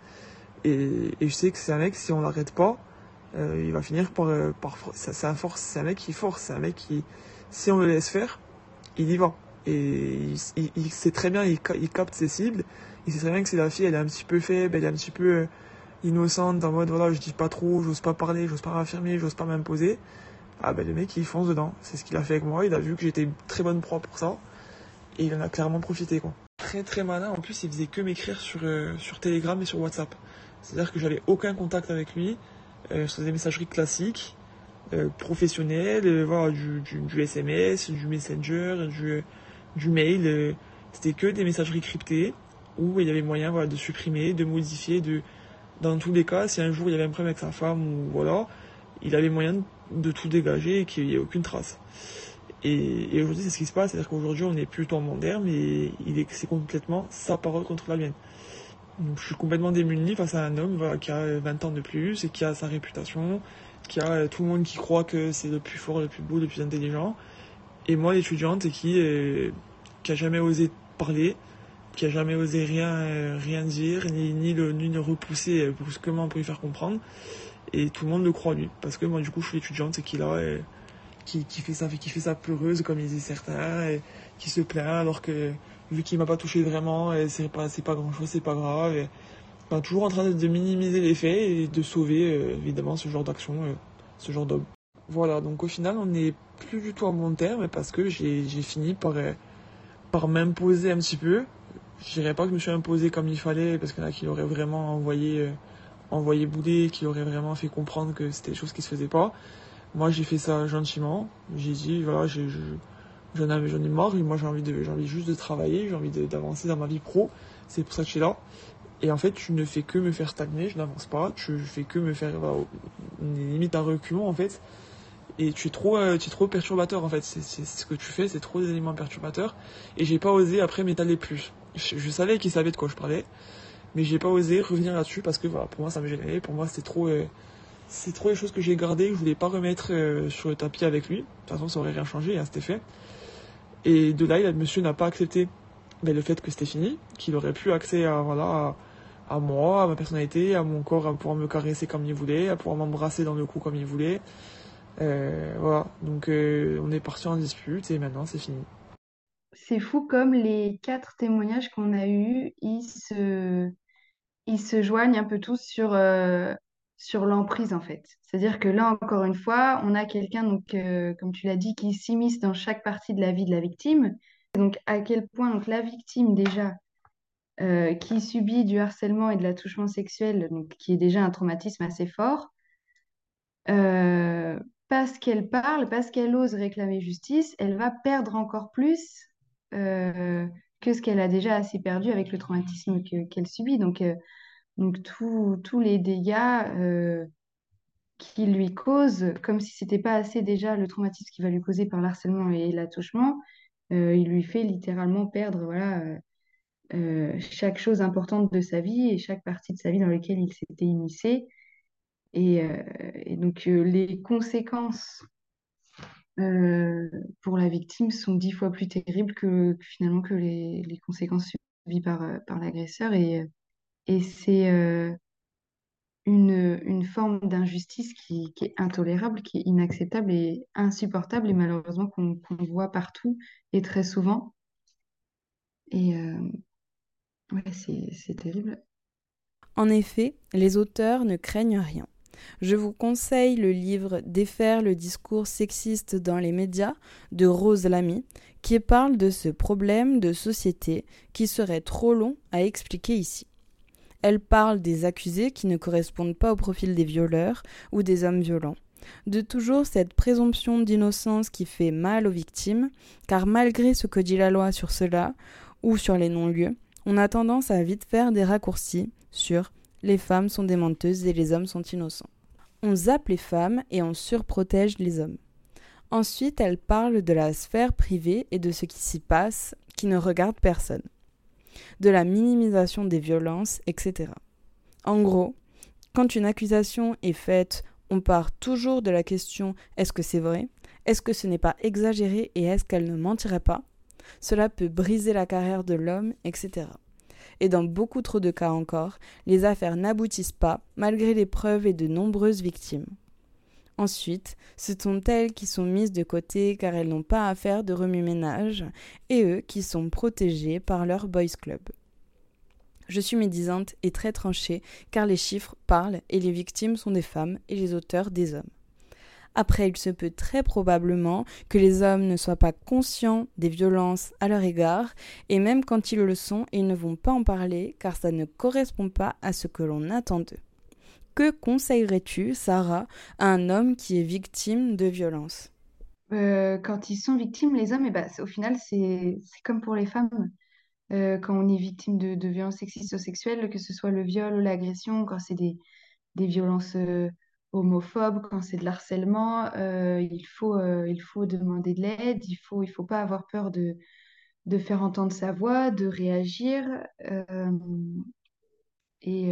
et je sais que c'est un mec, si on l'arrête pas, il va finir c'est un mec qui force, c'est un mec qui, si on le laisse faire, il y va. Et il sait très bien, il capte ses cibles. Il sait très bien que si la fille, elle est un petit peu faible, elle est un petit peu innocente, en mode voilà, je dis pas trop, j'ose pas parler, j'ose pas m'affirmer, j'ose pas m'imposer. Ah ben le mec, il fonce dedans. C'est ce qu'il a fait avec moi. Il a vu que j'étais une très bonne proie pour ça. Et il en a clairement profité, quoi. Très très malin. En plus, il faisait que m'écrire sur Telegram et sur WhatsApp. C'est-à-dire que j'avais aucun contact avec lui. Je faisais des messageries classiques, professionnelles, voilà, du SMS, du Messenger, du mail, c'était que des messageries cryptées où il y avait moyen, voilà, de supprimer, de modifier, dans tous les cas, si un jour il y avait un problème avec sa femme ou voilà, il avait moyen de tout dégager et qu'il n'y ait aucune trace. Et aujourd'hui, c'est ce qui se passe, c'est-à-dire qu'aujourd'hui, on n'est plus dans mon moderne, mais c'est complètement sa parole contre la mienne. Donc, je suis complètement démuni face à un homme, voilà, qui a 20 ans de plus et qui a sa réputation, qui a tout le monde qui croit que c'est le plus fort, le plus beau, le plus intelligent. Et moi, l'étudiante qui a jamais osé parler, qui a jamais osé rien dire, ni le repousser brusquement pour lui faire comprendre. Et tout le monde le croit lui, parce que moi du coup je suis l'étudiante qui fait ça pleureuse comme ils disent certains, et qui se plaint alors que vu qu'il m'a pas touché vraiment, c'est pas grand chose, c'est pas grave. Enfin, toujours en train de minimiser les faits et de sauver évidemment ce genre d'action, ce genre d'homme. Voilà, donc au final on n'est plus du tout à bon terme parce que j'ai fini par m'imposer un petit peu. Je dirais pas que je me suis imposé comme il fallait, parce qu'il y en a qui l'auraient vraiment envoyé bouler, qui auraient vraiment fait comprendre que c'était des choses qui se faisaient pas. Moi, j'ai fait ça gentiment. J'ai dit, voilà, j'en ai marre, et moi j'ai envie juste de travailler, j'ai envie d'avancer dans ma vie pro. C'est pour ça que je suis là. Et en fait, tu ne fais que me faire stagner, je n'avance pas, tu fais que me faire, voilà, limite un reculon, en fait. Et tu es trop perturbateur, en fait. C'est ce que tu fais, c'est trop des éléments perturbateurs. Et j'ai pas osé après m'étaler plus. Je savais qu'il savait de quoi je parlais, mais j'ai pas osé revenir là-dessus parce que voilà, pour moi ça me gênait, pour moi c'est trop les choses que j'ai gardées, que je voulais pas remettre sur le tapis avec lui. De toute façon, ça aurait rien changé, hein, c'était fait. Et de là, le monsieur n'a pas accepté le fait que c'était fini, qu'il aurait plus accès à voilà à moi, à ma personnalité, à mon corps, à pouvoir me caresser comme il voulait, à pouvoir m'embrasser dans le cou comme il voulait. Voilà, donc on est parti en dispute et maintenant c'est fini. C'est fou comme les 4 témoignages qu'on a eus, ils se joignent un peu tous sur l'emprise en fait. C'est-à-dire que là, encore une fois, on a quelqu'un, donc, comme tu l'as dit, qui s'immisce dans chaque partie de la vie de la victime. Donc à quel point donc, la victime déjà, qui subit du harcèlement et de l'attouchement sexuel, donc, qui est déjà un traumatisme assez fort, euh, parce qu'elle parle, parce qu'elle ose réclamer justice, elle va perdre encore plus euh, que ce qu'elle a déjà assez perdu avec le traumatisme qu'elle subit. Donc tous les dégâts qu'il lui cause, comme si c'était pas assez déjà le traumatisme qu'il va lui causer par l'harcèlement et l'attouchement, il lui fait littéralement perdre voilà, chaque chose importante de sa vie et chaque partie de sa vie dans laquelle il s'était immiscé. Et donc, les conséquences euh, pour la victime sont 10 fois plus terribles finalement que les conséquences subies par l'agresseur. Et c'est une forme d'injustice qui est intolérable, qui est inacceptable et insupportable, et malheureusement qu'on voit partout et très souvent. Et ouais, c'est terrible. En effet, les auteurs ne craignent rien. Je vous conseille le livre Défaire le discours sexiste dans les médias de Rose Lamy, qui parle de ce problème de société qui serait trop long à expliquer ici. Elle parle des accusés qui ne correspondent pas au profil des violeurs ou des hommes violents, de toujours cette présomption d'innocence qui fait mal aux victimes, car malgré ce que dit la loi sur cela, ou sur les non-lieux, on a tendance à vite faire des raccourcis sur les femmes sont des menteuses et les hommes sont innocents. On zappe les femmes et on surprotège les hommes. Ensuite, elle parle de la sphère privée et de ce qui s'y passe qui ne regarde personne, de la minimisation des violences, etc. En gros, quand une accusation est faite, on part toujours de la question est-ce que c'est vrai? Est-ce que ce n'est pas exagéré et est-ce qu'elle ne mentirait pas? Cela peut briser la carrière de l'homme, etc. Et dans beaucoup trop de cas encore, les affaires n'aboutissent pas, malgré les preuves et de nombreuses victimes. Ensuite, ce sont elles qui sont mises de côté car elles n'ont pas à faire de remue-ménage, et eux qui sont protégés par leur boys club. Je suis médisante et très tranchée car les chiffres parlent et les victimes sont des femmes et les auteurs des hommes. Après, il se peut très probablement que les hommes ne soient pas conscients des violences à leur égard, et même quand ils le sont, ils ne vont pas en parler car ça ne correspond pas à ce que l'on attend d'eux. Que conseillerais-tu, Sarah, à un homme qui est victime de violences? Quand ils sont victimes, les hommes, au final, c'est comme pour les femmes. Quand on est victime de violences sexistes ou sexuelles, que ce soit le viol ou l'agression, quand c'est des violences homophobes, quand c'est de l'harcèlement, il faut demander de l'aide, il faut pas avoir peur de faire entendre sa voix, de réagir. euh, et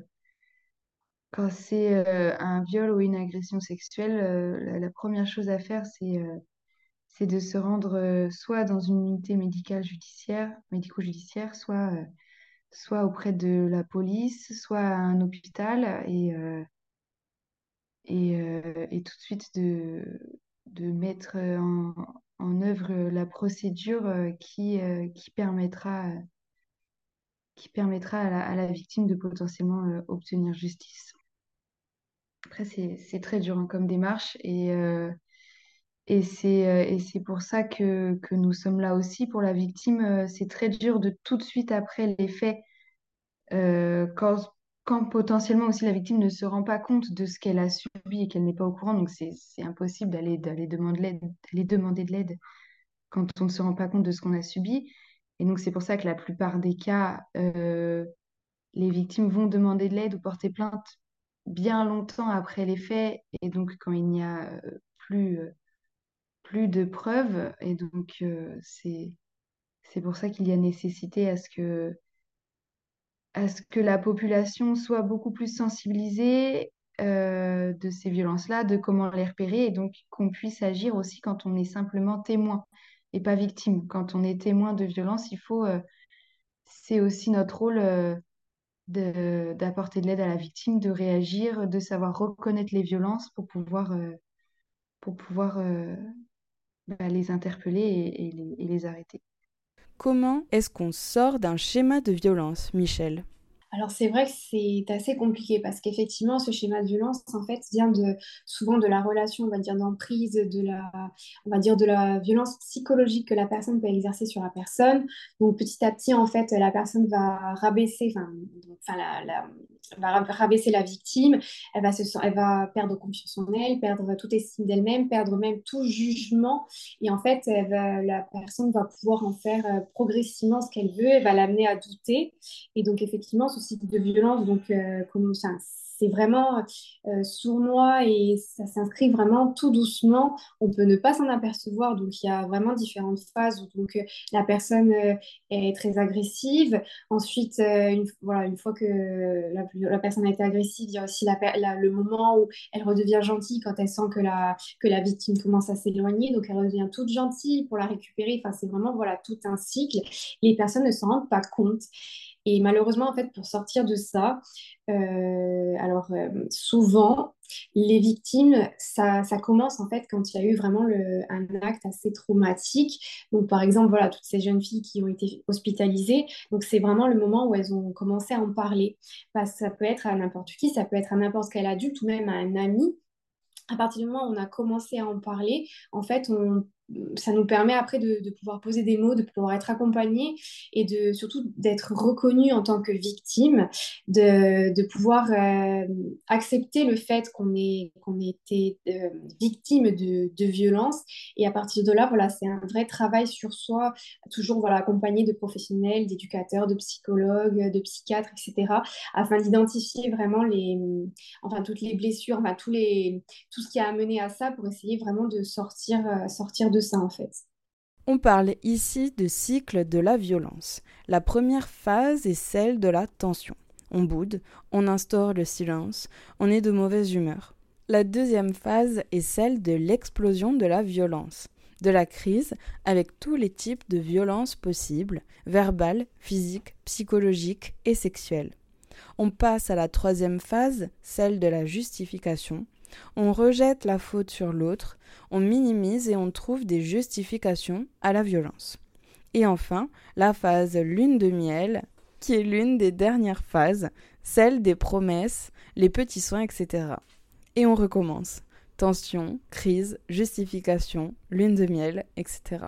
quand c'est un viol ou une agression sexuelle, la première chose à faire, c'est de se rendre soit dans une unité médicale judiciaire, médico-judiciaire, soit auprès de la police, soit à un hôpital et tout de suite de mettre en œuvre la procédure qui permettra à la victime de potentiellement obtenir justice. Après, c'est très dur hein, comme démarche et c'est pour ça que nous sommes là aussi pour la victime. C'est très dur de tout de suite après les faits euh, quand, quand potentiellement aussi la victime ne se rend pas compte de ce qu'elle a subi et qu'elle n'est pas au courant, donc c'est impossible d'aller demander de l'aide quand on ne se rend pas compte de ce qu'on a subi. Et donc c'est pour ça que la plupart des cas, les victimes vont demander de l'aide ou porter plainte bien longtemps après les faits, et donc quand il n'y a plus de preuves, et donc c'est pour ça qu'il y a nécessité à ce que la population soit beaucoup plus sensibilisée de ces violences-là, de comment les repérer, et donc qu'on puisse agir aussi quand on est simplement témoin et pas victime. Quand on est témoin de violence, c'est aussi notre rôle d'apporter de l'aide à la victime, de réagir, de savoir reconnaître les violences pour pouvoir les interpeller et les arrêter. Comment est-ce qu'on sort d'un schéma de violence, Michel? Alors c'est vrai que c'est assez compliqué parce qu'effectivement ce schéma de violence en fait vient souvent de la relation on va dire d'emprise on va dire de la violence psychologique que la personne peut exercer sur la personne. Donc petit à petit en fait la personne va rabaisser va rabaisser la victime, elle va perdre confiance en elle, perdre toute estime d'elle-même, perdre même tout jugement et en fait la personne va pouvoir en faire progressivement ce qu'elle veut, elle va l'amener à douter et donc, effectivement, ce cycle de violence, donc, c'est vraiment sournois et ça s'inscrit vraiment tout doucement. On peut ne pas s'en apercevoir. Donc, il y a vraiment différentes phases où donc, la personne est très agressive. Ensuite, voilà, une fois que la personne a été agressive, il y a aussi le moment où elle redevient gentille quand elle sent que la victime commence à s'éloigner. Donc, elle redevient toute gentille pour la récupérer. Enfin, c'est vraiment voilà, tout un cycle. Les personnes ne s'en rendent pas compte. Et malheureusement, en fait, pour sortir de ça, souvent, les victimes, ça commence en fait quand il y a eu vraiment un acte assez traumatique. Donc, par exemple, voilà, toutes ces jeunes filles qui ont été hospitalisées, donc c'est vraiment le moment où elles ont commencé à en parler. Parce que ça peut être à n'importe qui, ça peut être à n'importe quel adulte ou même à un ami. À partir du moment où on a commencé à en parler, en fait, ça nous permet après de pouvoir poser des mots, de pouvoir être accompagné et surtout d'être reconnu en tant que victime, de pouvoir accepter le fait qu'on ait été victime de violence. Et à partir de là, voilà, c'est un vrai travail sur soi, toujours voilà, accompagné de professionnels, d'éducateurs, de psychologues, de psychiatres, etc., afin d'identifier vraiment toutes les blessures, tout ce qui a amené à ça pour essayer vraiment de sortir de ça en fait. On parle ici de cycle de la violence. La première phase est celle de la tension. On boude, on instaure le silence, on est de mauvaise humeur. La deuxième phase est celle de l'explosion de la violence, de la crise avec tous les types de violences possibles, verbales, physiques, psychologiques et sexuelles. On passe à la troisième phase, celle de la justification. On rejette la faute sur l'autre, on minimise et on trouve des justifications à la violence. Et enfin, la phase lune de miel, qui est l'une des dernières phases, celle des promesses, les petits soins, etc. Et on recommence. Tension, crise, justification, lune de miel, etc.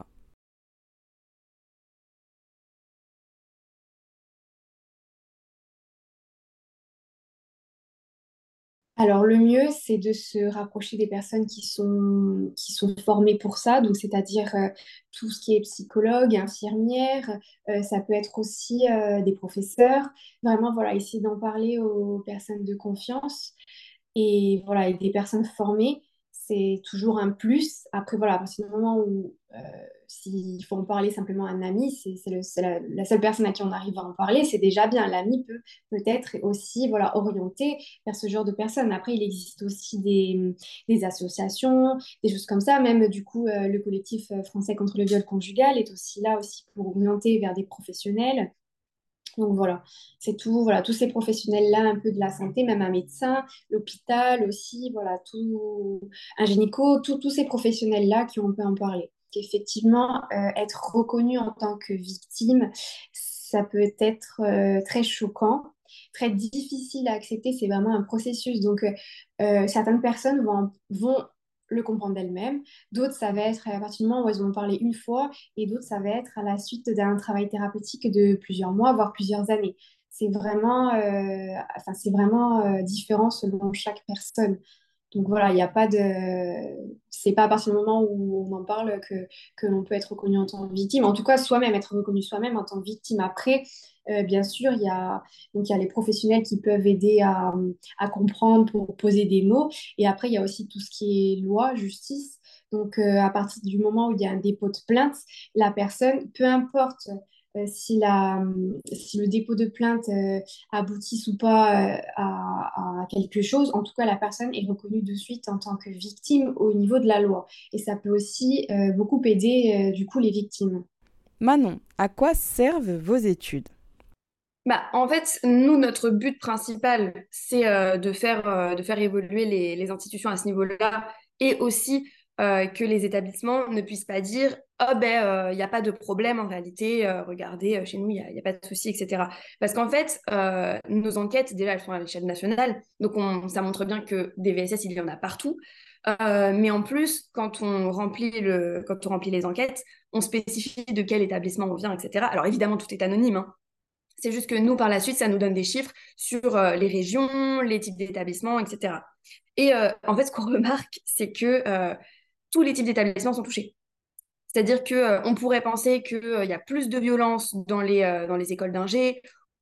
Alors, le mieux, c'est de se rapprocher des personnes qui sont formées pour ça, donc c'est-à-dire tout ce qui est psychologue, infirmière, ça peut être aussi des professeurs. Vraiment, voilà, essayer d'en parler aux personnes de confiance et voilà, et des personnes formées, c'est toujours un plus. Après, voilà, à partir du moment où s'il faut en parler simplement à un ami, c'est la seule personne à qui on arrive à en parler, c'est déjà bien. L'ami peut peut-être aussi voilà, orienter vers ce genre de personnes. Après, il existe aussi des associations, des choses comme ça. Même du coup, le collectif français contre le viol conjugal est aussi là aussi pour orienter vers des professionnels. Donc voilà, c'est tout, voilà, tous ces professionnels-là, un peu de la santé, même un médecin, l'hôpital aussi, voilà, un gynéco, tous ces professionnels-là qui on peut en parler. Effectivement, être reconnu en tant que victime, ça peut être très choquant, très difficile à accepter, c'est vraiment un processus. Donc, certaines personnes vont le comprendre d'elles-mêmes, d'autres, ça va être à partir du moment où elles vont en parler une fois, et d'autres, ça va être à la suite d'un travail thérapeutique de plusieurs mois, voire plusieurs années. C'est vraiment différent selon chaque personne. Donc voilà, il n'y a pas de... C'est pas à partir du moment où on en parle que l'on peut être reconnu en tant que victime. En tout cas, soi-même, être reconnu soi-même en tant que victime. Après, bien sûr, il y a les professionnels qui peuvent aider à comprendre pour poser des mots. Et après, il y a aussi tout ce qui est loi, justice. Donc, à partir du moment où il y a un dépôt de plainte, la personne, peu importe si le dépôt de plainte aboutisse ou pas à quelque chose, en tout cas, la personne est reconnue de suite en tant que victime au niveau de la loi. Et ça peut aussi beaucoup aider, du coup, les victimes. Manon, à quoi servent vos études ? Bah, en fait, nous, notre but principal, c'est de faire évoluer les institutions à ce niveau-là et aussi que les établissements ne puissent pas dire oh ben, il n'y a pas de problème en réalité, regardez, chez nous, il y a pas de souci, etc. Parce qu'en fait, nos enquêtes, déjà, elles sont à l'échelle nationale, donc ça montre bien que des VSS, il y en a partout. Mais en plus, quand on remplit les enquêtes, on spécifie de quel établissement on vient, etc. Alors évidemment, tout est anonyme, hein. C'est juste que nous, par la suite, ça nous donne des chiffres sur les régions, les types d'établissements, etc. Et en fait, ce qu'on remarque, c'est que tous les types d'établissements sont touchés. C'est-à-dire qu'on pourrait penser qu'il y a plus de violence dans les écoles d'ingé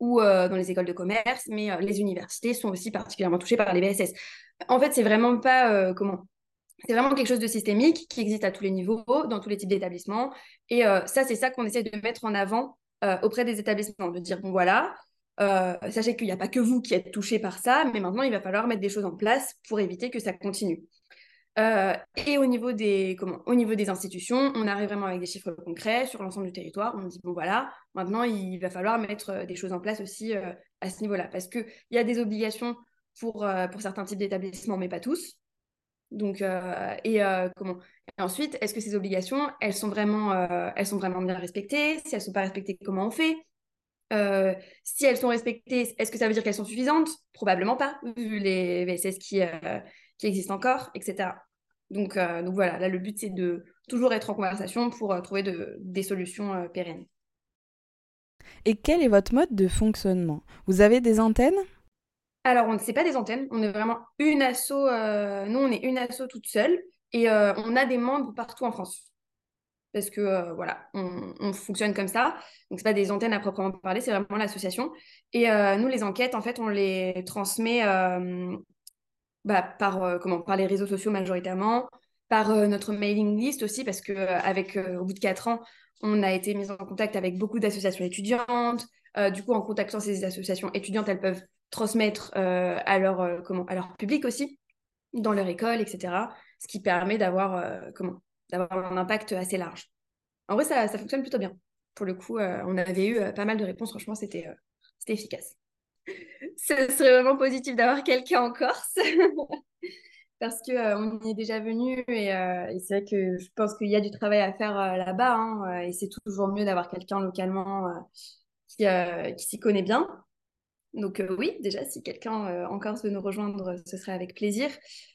ou dans les écoles de commerce, mais les universités sont aussi particulièrement touchées par les VSS. En fait, c'est vraiment pas c'est vraiment quelque chose de systémique qui existe à tous les niveaux, dans tous les types d'établissements. Et ça, c'est ça qu'on essaie de mettre en avant auprès des établissements, de dire, bon voilà, sachez qu'il n'y a pas que vous qui êtes touchés par ça, mais maintenant, il va falloir mettre des choses en place pour éviter que ça continue. Et au niveau des institutions, on arrive vraiment avec des chiffres concrets sur l'ensemble du territoire. On dit, bon voilà, maintenant, il va falloir mettre des choses en place aussi à ce niveau-là. Parce qu'il y a des obligations pour certains types d'établissements, mais pas tous. Donc, et ensuite, est-ce que ces obligations, elles sont vraiment bien respectées? Si elles ne sont pas respectées, comment on fait? Si elles sont respectées, est-ce que ça veut dire qu'elles sont suffisantes? Probablement pas, vu les VSS qui existent encore, etc. Donc voilà, là, le but, c'est de toujours être en conversation pour trouver des solutions pérennes. Et quel est votre mode de fonctionnement? Vous avez des antennes? Alors, on ne sait pas des antennes, on est vraiment une asso, nous on est une asso toute seule et on a des membres partout en France. Parce que voilà, on fonctionne comme ça. Donc, ce n'est pas des antennes à proprement parler, c'est vraiment l'association. Et nous, les enquêtes, en fait, on les transmet par les réseaux sociaux majoritairement, par notre mailing list aussi, parce qu'au bout de 4 ans, on a été mis en contact avec beaucoup d'associations étudiantes. Du coup, en contactant ces associations étudiantes, elles peuvent transmettre à leur public aussi, dans leur école, etc. Ce qui permet d'avoir un impact assez large. En vrai, ça fonctionne plutôt bien. Pour le coup, on avait eu pas mal de réponses. Franchement, c'était efficace. Ce serait vraiment positif d'avoir quelqu'un en Corse. Parce qu'on y est déjà venu et c'est vrai que je pense qu'il y a du travail à faire là-bas. Hein, et c'est toujours mieux d'avoir quelqu'un localement qui s'y connaît bien. Donc oui, déjà, si quelqu'un en Corse veut nous rejoindre, ce serait avec plaisir.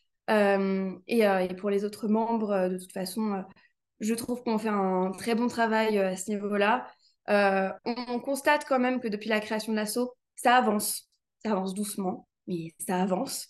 Et pour les autres membres, de toute façon, je trouve qu'on fait un très bon travail à ce niveau-là. On constate quand même que depuis la création de l'asso, ça avance. Ça avance doucement, mais ça avance.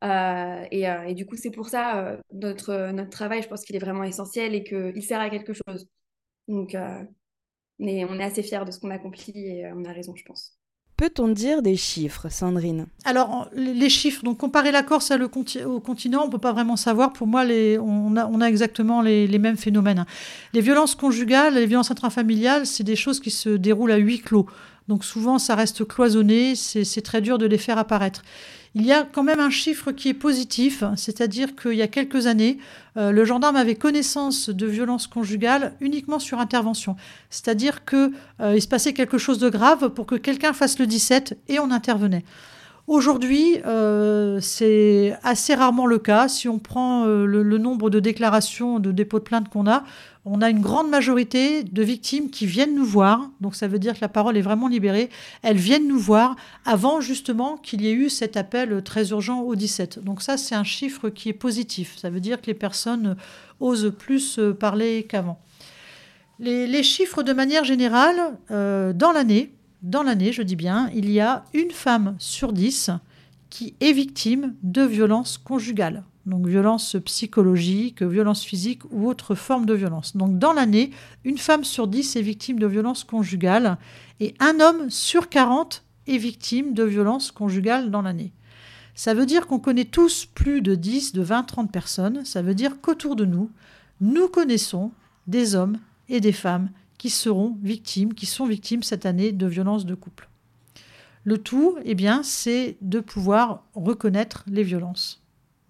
Et du coup, c'est pour ça, notre travail, je pense qu'il est vraiment essentiel et qu'il sert à quelque chose. Donc, mais on est assez fiers de ce qu'on accomplit et on a raison, je pense. Peut-on dire des chiffres, Sandrine? Alors, les chiffres, donc comparer la Corse au continent, on ne peut pas vraiment savoir. Pour moi, on a exactement les mêmes phénomènes. Les violences conjugales, les violences intrafamiliales, c'est des choses qui se déroulent à huis clos. Donc souvent, ça reste cloisonné, c'est très dur de les faire apparaître. Il y a quand même un chiffre qui est positif, c'est-à-dire qu'il y a quelques années, le gendarme avait connaissance de violences conjugales uniquement sur intervention. C'est-à-dire qu'il se passait quelque chose de grave pour que quelqu'un fasse le 17 et on intervenait. Aujourd'hui, c'est assez rarement le cas. Si on prend le nombre de déclarations, de dépôts de plainte qu'on a, on a une grande majorité de victimes qui viennent nous voir. Donc ça veut dire que la parole est vraiment libérée. Elles viennent nous voir avant justement qu'il y ait eu cet appel très urgent au 17. Donc ça, c'est un chiffre qui est positif. Ça veut dire que les personnes osent plus parler qu'avant. Les chiffres de manière générale, dans l'année, je dis bien, il y a une femme sur 10 qui est victime de violences conjugales. Donc violences psychologiques, violences physiques ou autres formes de violence. Donc dans l'année, une femme sur 10 est victime de violences conjugales et un homme sur 40 est victime de violences conjugales dans l'année. Ça veut dire qu'on connaît tous plus de 10, de 20, 30 personnes. Ça veut dire qu'autour de nous, nous connaissons des hommes et des femmes qui sont victimes cette année de violences de couple. Le tout, c'est de pouvoir reconnaître les violences.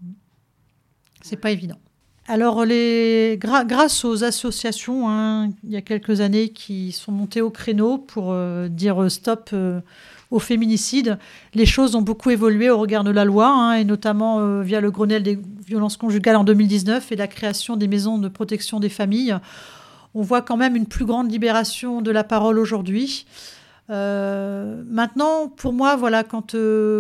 C'est pas évident. Alors, grâce aux associations, il y a quelques années, qui sont montées au créneau pour dire stop au féminicide, les choses ont beaucoup évolué au regard de la loi, et notamment via le Grenelle des violences conjugales en 2019 et la création des maisons de protection des familles. On voit quand même une plus grande libération de la parole aujourd'hui. Maintenant, pour moi, voilà, quand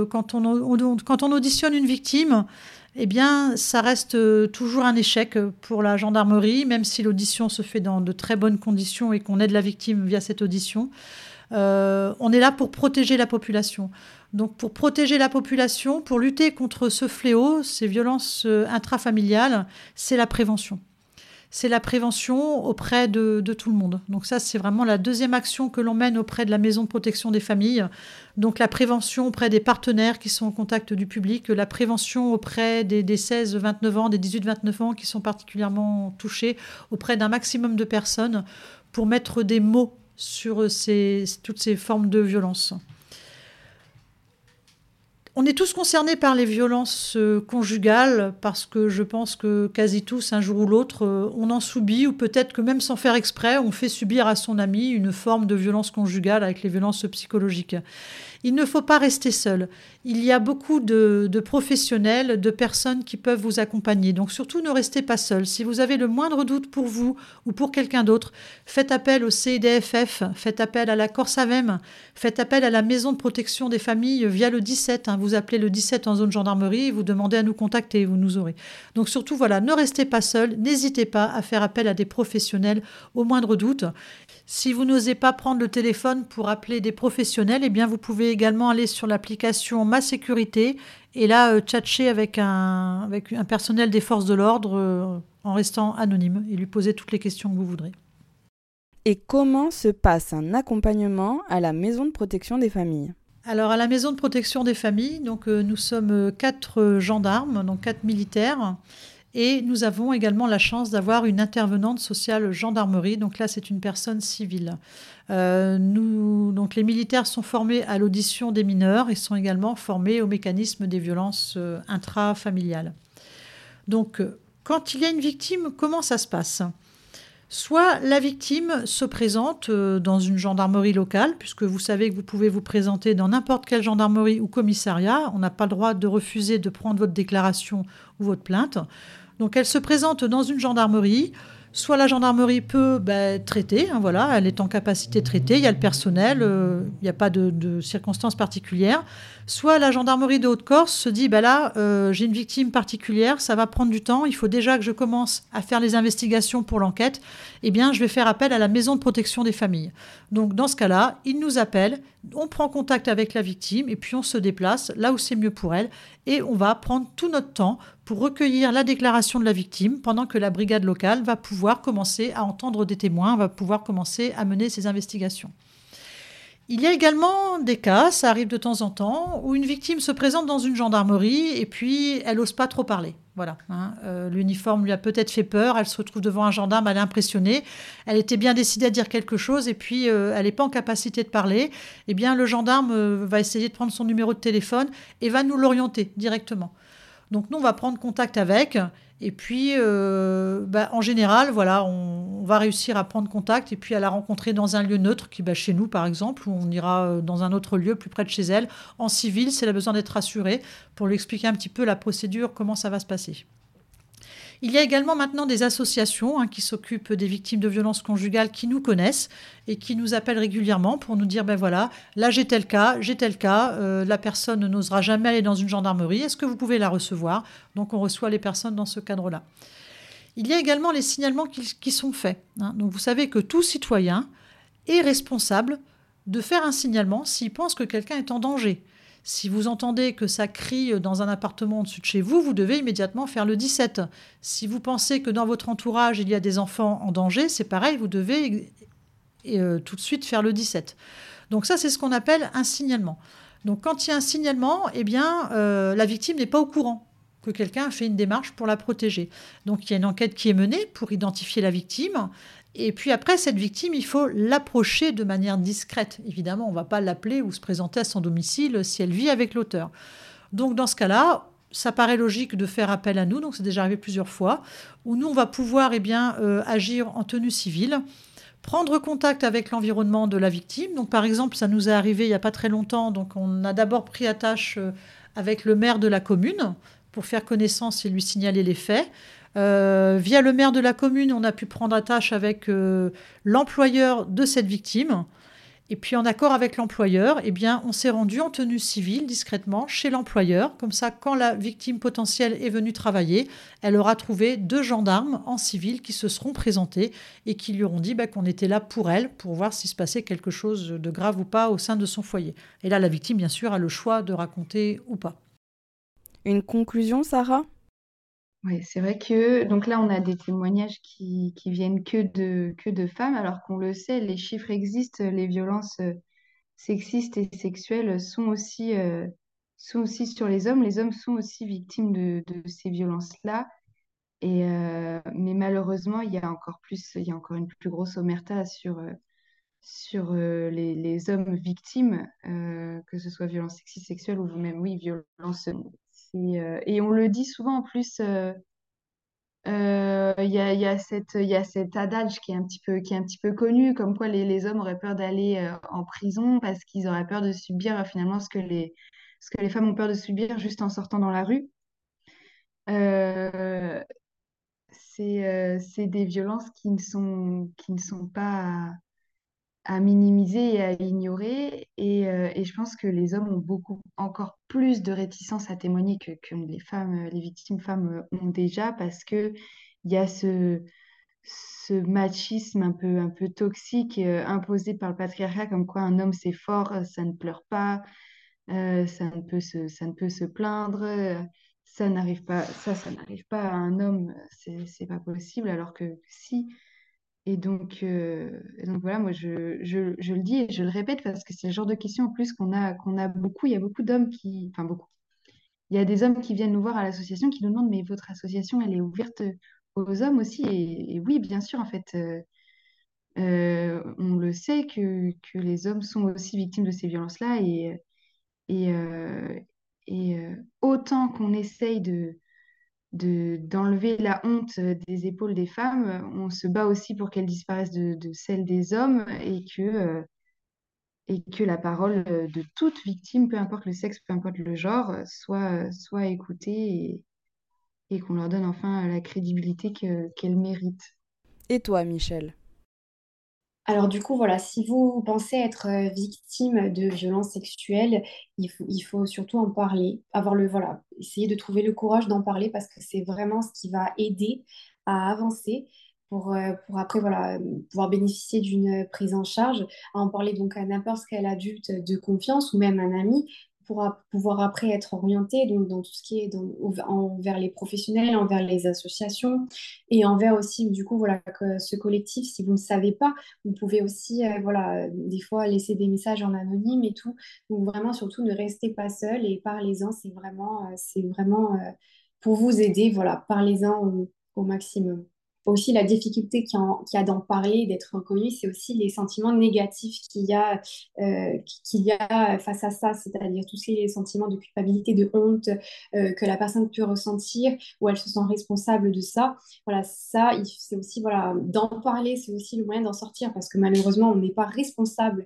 on auditionne une victime, ça reste toujours un échec pour la gendarmerie, même si l'audition se fait dans de très bonnes conditions et qu'on aide la victime via cette audition. On est là pour protéger la population. Donc, pour protéger la population, pour lutter contre ce fléau, ces violences intrafamiliales, c'est la prévention. c'est la prévention auprès de tout le monde. Donc ça, c'est vraiment la deuxième action que l'on mène auprès de la maison de protection des familles. Donc la prévention auprès des partenaires qui sont au contact du public, la prévention auprès des 16-29 ans, des 18-29 ans qui sont particulièrement touchés, auprès d'un maximum de personnes pour mettre des mots sur toutes ces formes de violence. On est tous concernés par les violences conjugales parce que je pense que quasi tous, un jour ou l'autre, on en subit ou peut-être que même sans faire exprès, on fait subir à son ami une forme de violence conjugale avec les violences psychologiques. Il ne faut pas rester seul. Il y a beaucoup de professionnels, de personnes qui peuvent vous accompagner. Donc surtout, ne restez pas seul. Si vous avez le moindre doute pour vous ou pour quelqu'un d'autre, faites appel au CIDFF, faites appel à la Corsavem, faites appel à la maison de protection des familles via le 17. Vous appelez le 17 en zone gendarmerie et vous demandez à nous contacter, vous nous aurez. Donc surtout, voilà, ne restez pas seul. N'hésitez pas à faire appel à des professionnels au moindre doute. Si vous n'osez pas prendre le téléphone pour appeler des professionnels, eh bien vous pouvez également aller sur l'application Ma Sécurité et là tchatcher avec un personnel des forces de l'ordre en restant anonyme et lui poser toutes les questions que vous voudrez. Et comment se passe un accompagnement à la maison de protection des familles ? Alors à la maison de protection des familles, donc, nous sommes 4 gendarmes, donc 4 militaires. Et nous avons également la chance d'avoir une intervenante sociale gendarmerie. Donc là, c'est une personne civile. Donc les militaires sont formés à l'audition des mineurs et sont également formés au mécanisme des violences intrafamiliales. Donc, quand il y a une victime, comment ça se passe ? Soit la victime se présente dans une gendarmerie locale, puisque vous savez que vous pouvez vous présenter dans n'importe quelle gendarmerie ou commissariat. On n'a pas le droit de refuser de prendre votre déclaration ou votre plainte. Donc elle se présente dans une gendarmerie. Soit la gendarmerie peut traiter, voilà, elle est en capacité de traiter, il y a le personnel, il n'y a pas de circonstances particulières. Soit la gendarmerie de Haute-Corse se dit, j'ai une victime particulière, ça va prendre du temps, il faut déjà que je commence à faire les investigations pour l'enquête, eh bien je vais faire appel à la maison de protection des familles. Donc dans ce cas-là, ils nous appellent, on prend contact avec la victime et puis on se déplace là où c'est mieux pour elle et on va prendre tout notre temps pour recueillir la déclaration de la victime pendant que la brigade locale va pouvoir commencer à entendre des témoins, va pouvoir commencer à mener ses investigations. Il y a également des cas, ça arrive de temps en temps, où une victime se présente dans une gendarmerie et puis elle n'ose pas trop parler. Voilà, l'uniforme lui a peut-être fait peur, elle se retrouve devant un gendarme, elle est impressionnée, elle était bien décidée à dire quelque chose et puis elle n'est pas en capacité de parler. Eh bien, le gendarme va essayer de prendre son numéro de téléphone et va nous l'orienter directement. Donc nous, on va prendre contact avec et puis en général, voilà, on va réussir à prendre contact et puis à la rencontrer dans un lieu neutre, qui chez nous par exemple, ou on ira dans un autre lieu plus près de chez elle, en civil, si elle a besoin d'être rassurée, pour lui expliquer un petit peu la procédure, comment ça va se passer. Il y a également maintenant des associations qui s'occupent des victimes de violences conjugales qui nous connaissent et qui nous appellent régulièrement pour nous dire, là j'ai tel cas, la personne n'osera jamais aller dans une gendarmerie, est-ce que vous pouvez la recevoir ? Donc on reçoit les personnes dans ce cadre-là. Il y a également les signalements qui sont faits. Donc vous savez que tout citoyen est responsable de faire un signalement s'il pense que quelqu'un est en danger. Si vous entendez que ça crie dans un appartement au-dessus de chez vous, vous devez immédiatement faire le 17. Si vous pensez que dans votre entourage, il y a des enfants en danger, c'est pareil, vous devez tout de suite faire le 17. Donc ça, c'est ce qu'on appelle un signalement. Donc quand il y a un signalement, la victime n'est pas au courant que quelqu'un a fait une démarche pour la protéger. Donc il y a une enquête qui est menée pour identifier la victime. Et puis après, cette victime, il faut l'approcher de manière discrète. Évidemment, on ne va pas l'appeler ou se présenter à son domicile si elle vit avec l'auteur. Donc dans ce cas-là, ça paraît logique de faire appel à nous, donc c'est déjà arrivé plusieurs fois, où nous, on va pouvoir agir en tenue civile, prendre contact avec l'environnement de la victime. Donc par exemple, ça nous est arrivé il n'y a pas très longtemps, donc on a d'abord pris attache avec le maire de la commune pour faire connaissance et lui signaler les faits. Via le maire de la commune, on a pu prendre attache avec l'employeur de cette victime. Et puis, en accord avec l'employeur, on s'est rendu en tenue civile, discrètement, chez l'employeur. Comme ça, quand la victime potentielle est venue travailler, elle aura trouvé 2 gendarmes en civil qui se seront présentés et qui lui auront dit qu'on était là pour elle, pour voir s'il se passait quelque chose de grave ou pas au sein de son foyer. Et là, la victime, bien sûr, a le choix de raconter ou pas. Une conclusion, Sarah ? Ouais, c'est vrai que donc là, on a des témoignages qui viennent que de femmes, alors qu'on le sait, les chiffres existent, les violences sexistes et sexuelles sont aussi sur les hommes. Les hommes sont aussi victimes de ces violences-là. Mais malheureusement, il y a encore une plus grosse omerta sur les hommes victimes, que ce soit violence sexiste, sexuelle ou même, oui, violence. Et on le dit souvent en plus. Il y a cet adage qui est un petit peu connu, comme quoi les hommes auraient peur d'aller en prison parce qu'ils auraient peur de subir finalement ce que les femmes ont peur de subir juste en sortant dans la rue. Euh, c'est des violences qui ne sont pas à minimiser et à ignorer. Et je pense que les hommes ont encore plus de réticence à témoigner que les femmes, les victimes femmes ont déjà, parce que il y a ce machisme un peu toxique imposé par le patriarcat, comme quoi un homme c'est fort, ça ne pleure pas, ça ne peut se plaindre, ça n'arrive pas à un homme, c'est pas possible, alors que si. Et donc voilà, moi je le dis et je le répète parce que c'est le genre de question en plus qu'on a beaucoup. Il y a beaucoup d'hommes qui, enfin beaucoup. Il y a des hommes qui viennent nous voir à l'association qui nous demandent, mais votre association, elle est ouverte aux hommes aussi? Et oui, bien sûr, en fait, on le sait que les hommes sont aussi victimes de ces violences-là. Et, euh, Autant qu'on essaye d'enlever la honte des épaules des femmes, on se bat aussi pour qu'elles disparaissent de celles des hommes et que la parole de toute victime, peu importe le sexe, peu importe le genre, soit écoutée et qu'on leur donne enfin la crédibilité qu'elles méritent. Et toi, Michel? Alors du coup, voilà, si vous pensez être victime de violences sexuelles, il faut surtout en parler, voilà, essayer de trouver le courage d'en parler parce que c'est vraiment ce qui va aider à avancer pour après, voilà, pouvoir bénéficier d'une prise en charge, à en parler donc à n'importe quel adulte de confiance ou même un ami pour pouvoir après être orienté donc, dans tout ce qui est envers les professionnels, envers les associations et envers aussi, du coup, voilà, ce collectif, si vous ne savez pas. Vous pouvez aussi, voilà, des fois laisser des messages en anonyme et tout. Donc vraiment, surtout, ne restez pas seul et parlez-en. C'est vraiment pour vous aider. Voilà, parlez-en au maximum. Aussi, la difficulté qu'il y a d'en parler, d'être reconnu, c'est aussi les sentiments négatifs qu'il y a face à ça, c'est-à-dire tous ces sentiments de culpabilité, de honte que la personne peut ressentir, où elle se sent responsable de ça. Voilà, ça, c'est aussi, voilà, d'en parler, c'est aussi le moyen d'en sortir parce que malheureusement, on n'est pas responsable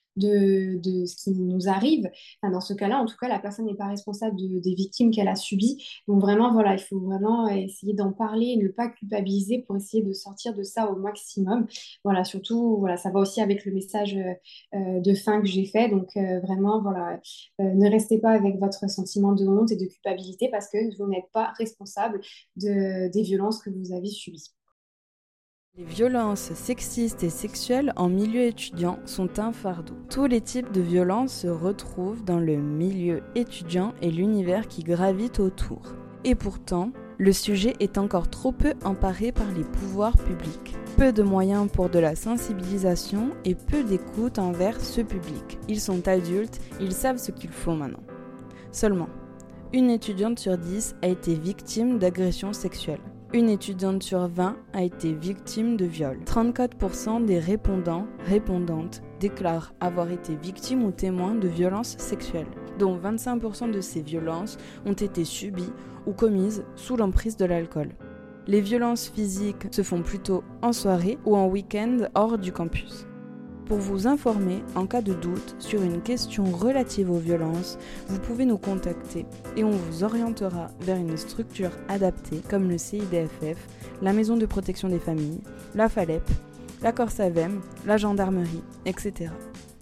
de ce qui nous arrive. Enfin, dans ce cas-là, en tout cas, la personne n'est pas responsable des victimes qu'elle a subies. Donc vraiment, voilà, il faut vraiment essayer d'en parler et ne pas culpabiliser pour essayer de sortir de ça au maximum. Voilà, surtout, voilà, ça va aussi avec le message de fin que j'ai fait. Donc vraiment, voilà, ne restez pas avec votre sentiment de honte et de culpabilité parce que vous n'êtes pas responsable des violences que vous avez subies. Les violences sexistes et sexuelles en milieu étudiant sont un fardeau. Tous les types de violences se retrouvent dans le milieu étudiant et l'univers qui gravite autour. Et pourtant, le sujet est encore trop peu emparé par les pouvoirs publics. Peu de moyens pour de la sensibilisation et peu d'écoute envers ce public. Ils sont adultes, ils savent ce qu'il faut maintenant. Seulement, une étudiante sur 10 a été victime d'agressions sexuelles. Une étudiante sur 20 a été victime de viol. 34% des répondantes déclarent avoir été victimes ou témoins de violences sexuelles, dont 25% de ces violences ont été subies ou commises sous l'emprise de l'alcool. Les violences physiques se font plutôt en soirée ou en week-end hors du campus. Pour vous informer, en cas de doute sur une question relative aux violences, vous pouvez nous contacter et on vous orientera vers une structure adaptée comme le CIDFF, la Maison de protection des familles, la FALEP, la Corsavem, la gendarmerie, etc.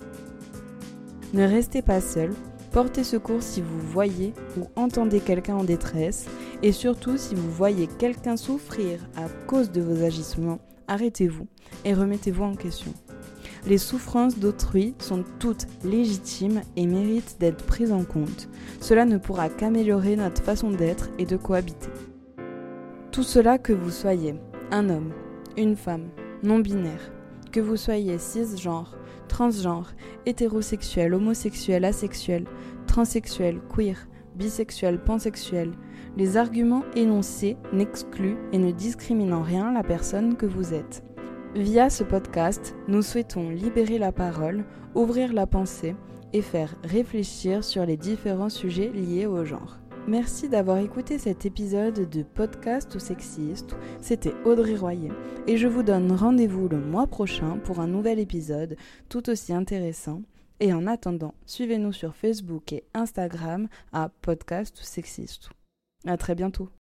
Ne restez pas seul, portez secours si vous voyez ou entendez quelqu'un en détresse et surtout si vous voyez quelqu'un souffrir à cause de vos agissements, arrêtez-vous et remettez-vous en question. Les souffrances d'autrui sont toutes légitimes et méritent d'être prises en compte. Cela ne pourra qu'améliorer notre façon d'être et de cohabiter. Tout cela que vous soyez un homme, une femme, non-binaire, que vous soyez cisgenre, transgenre, hétérosexuel, homosexuel, asexuel, transsexuel, queer, bisexuel, pansexuel, les arguments énoncés n'excluent et ne discriminent en rien la personne que vous êtes. Via ce podcast, nous souhaitons libérer la parole, ouvrir la pensée et faire réfléchir sur les différents sujets liés au genre. Merci d'avoir écouté cet épisode de Podcast ou Sexiste. C'était Audrey Royer et je vous donne rendez-vous le mois prochain pour un nouvel épisode tout aussi intéressant. Et en attendant, suivez-nous sur Facebook et Instagram à Podcast ou Sexiste. À très bientôt.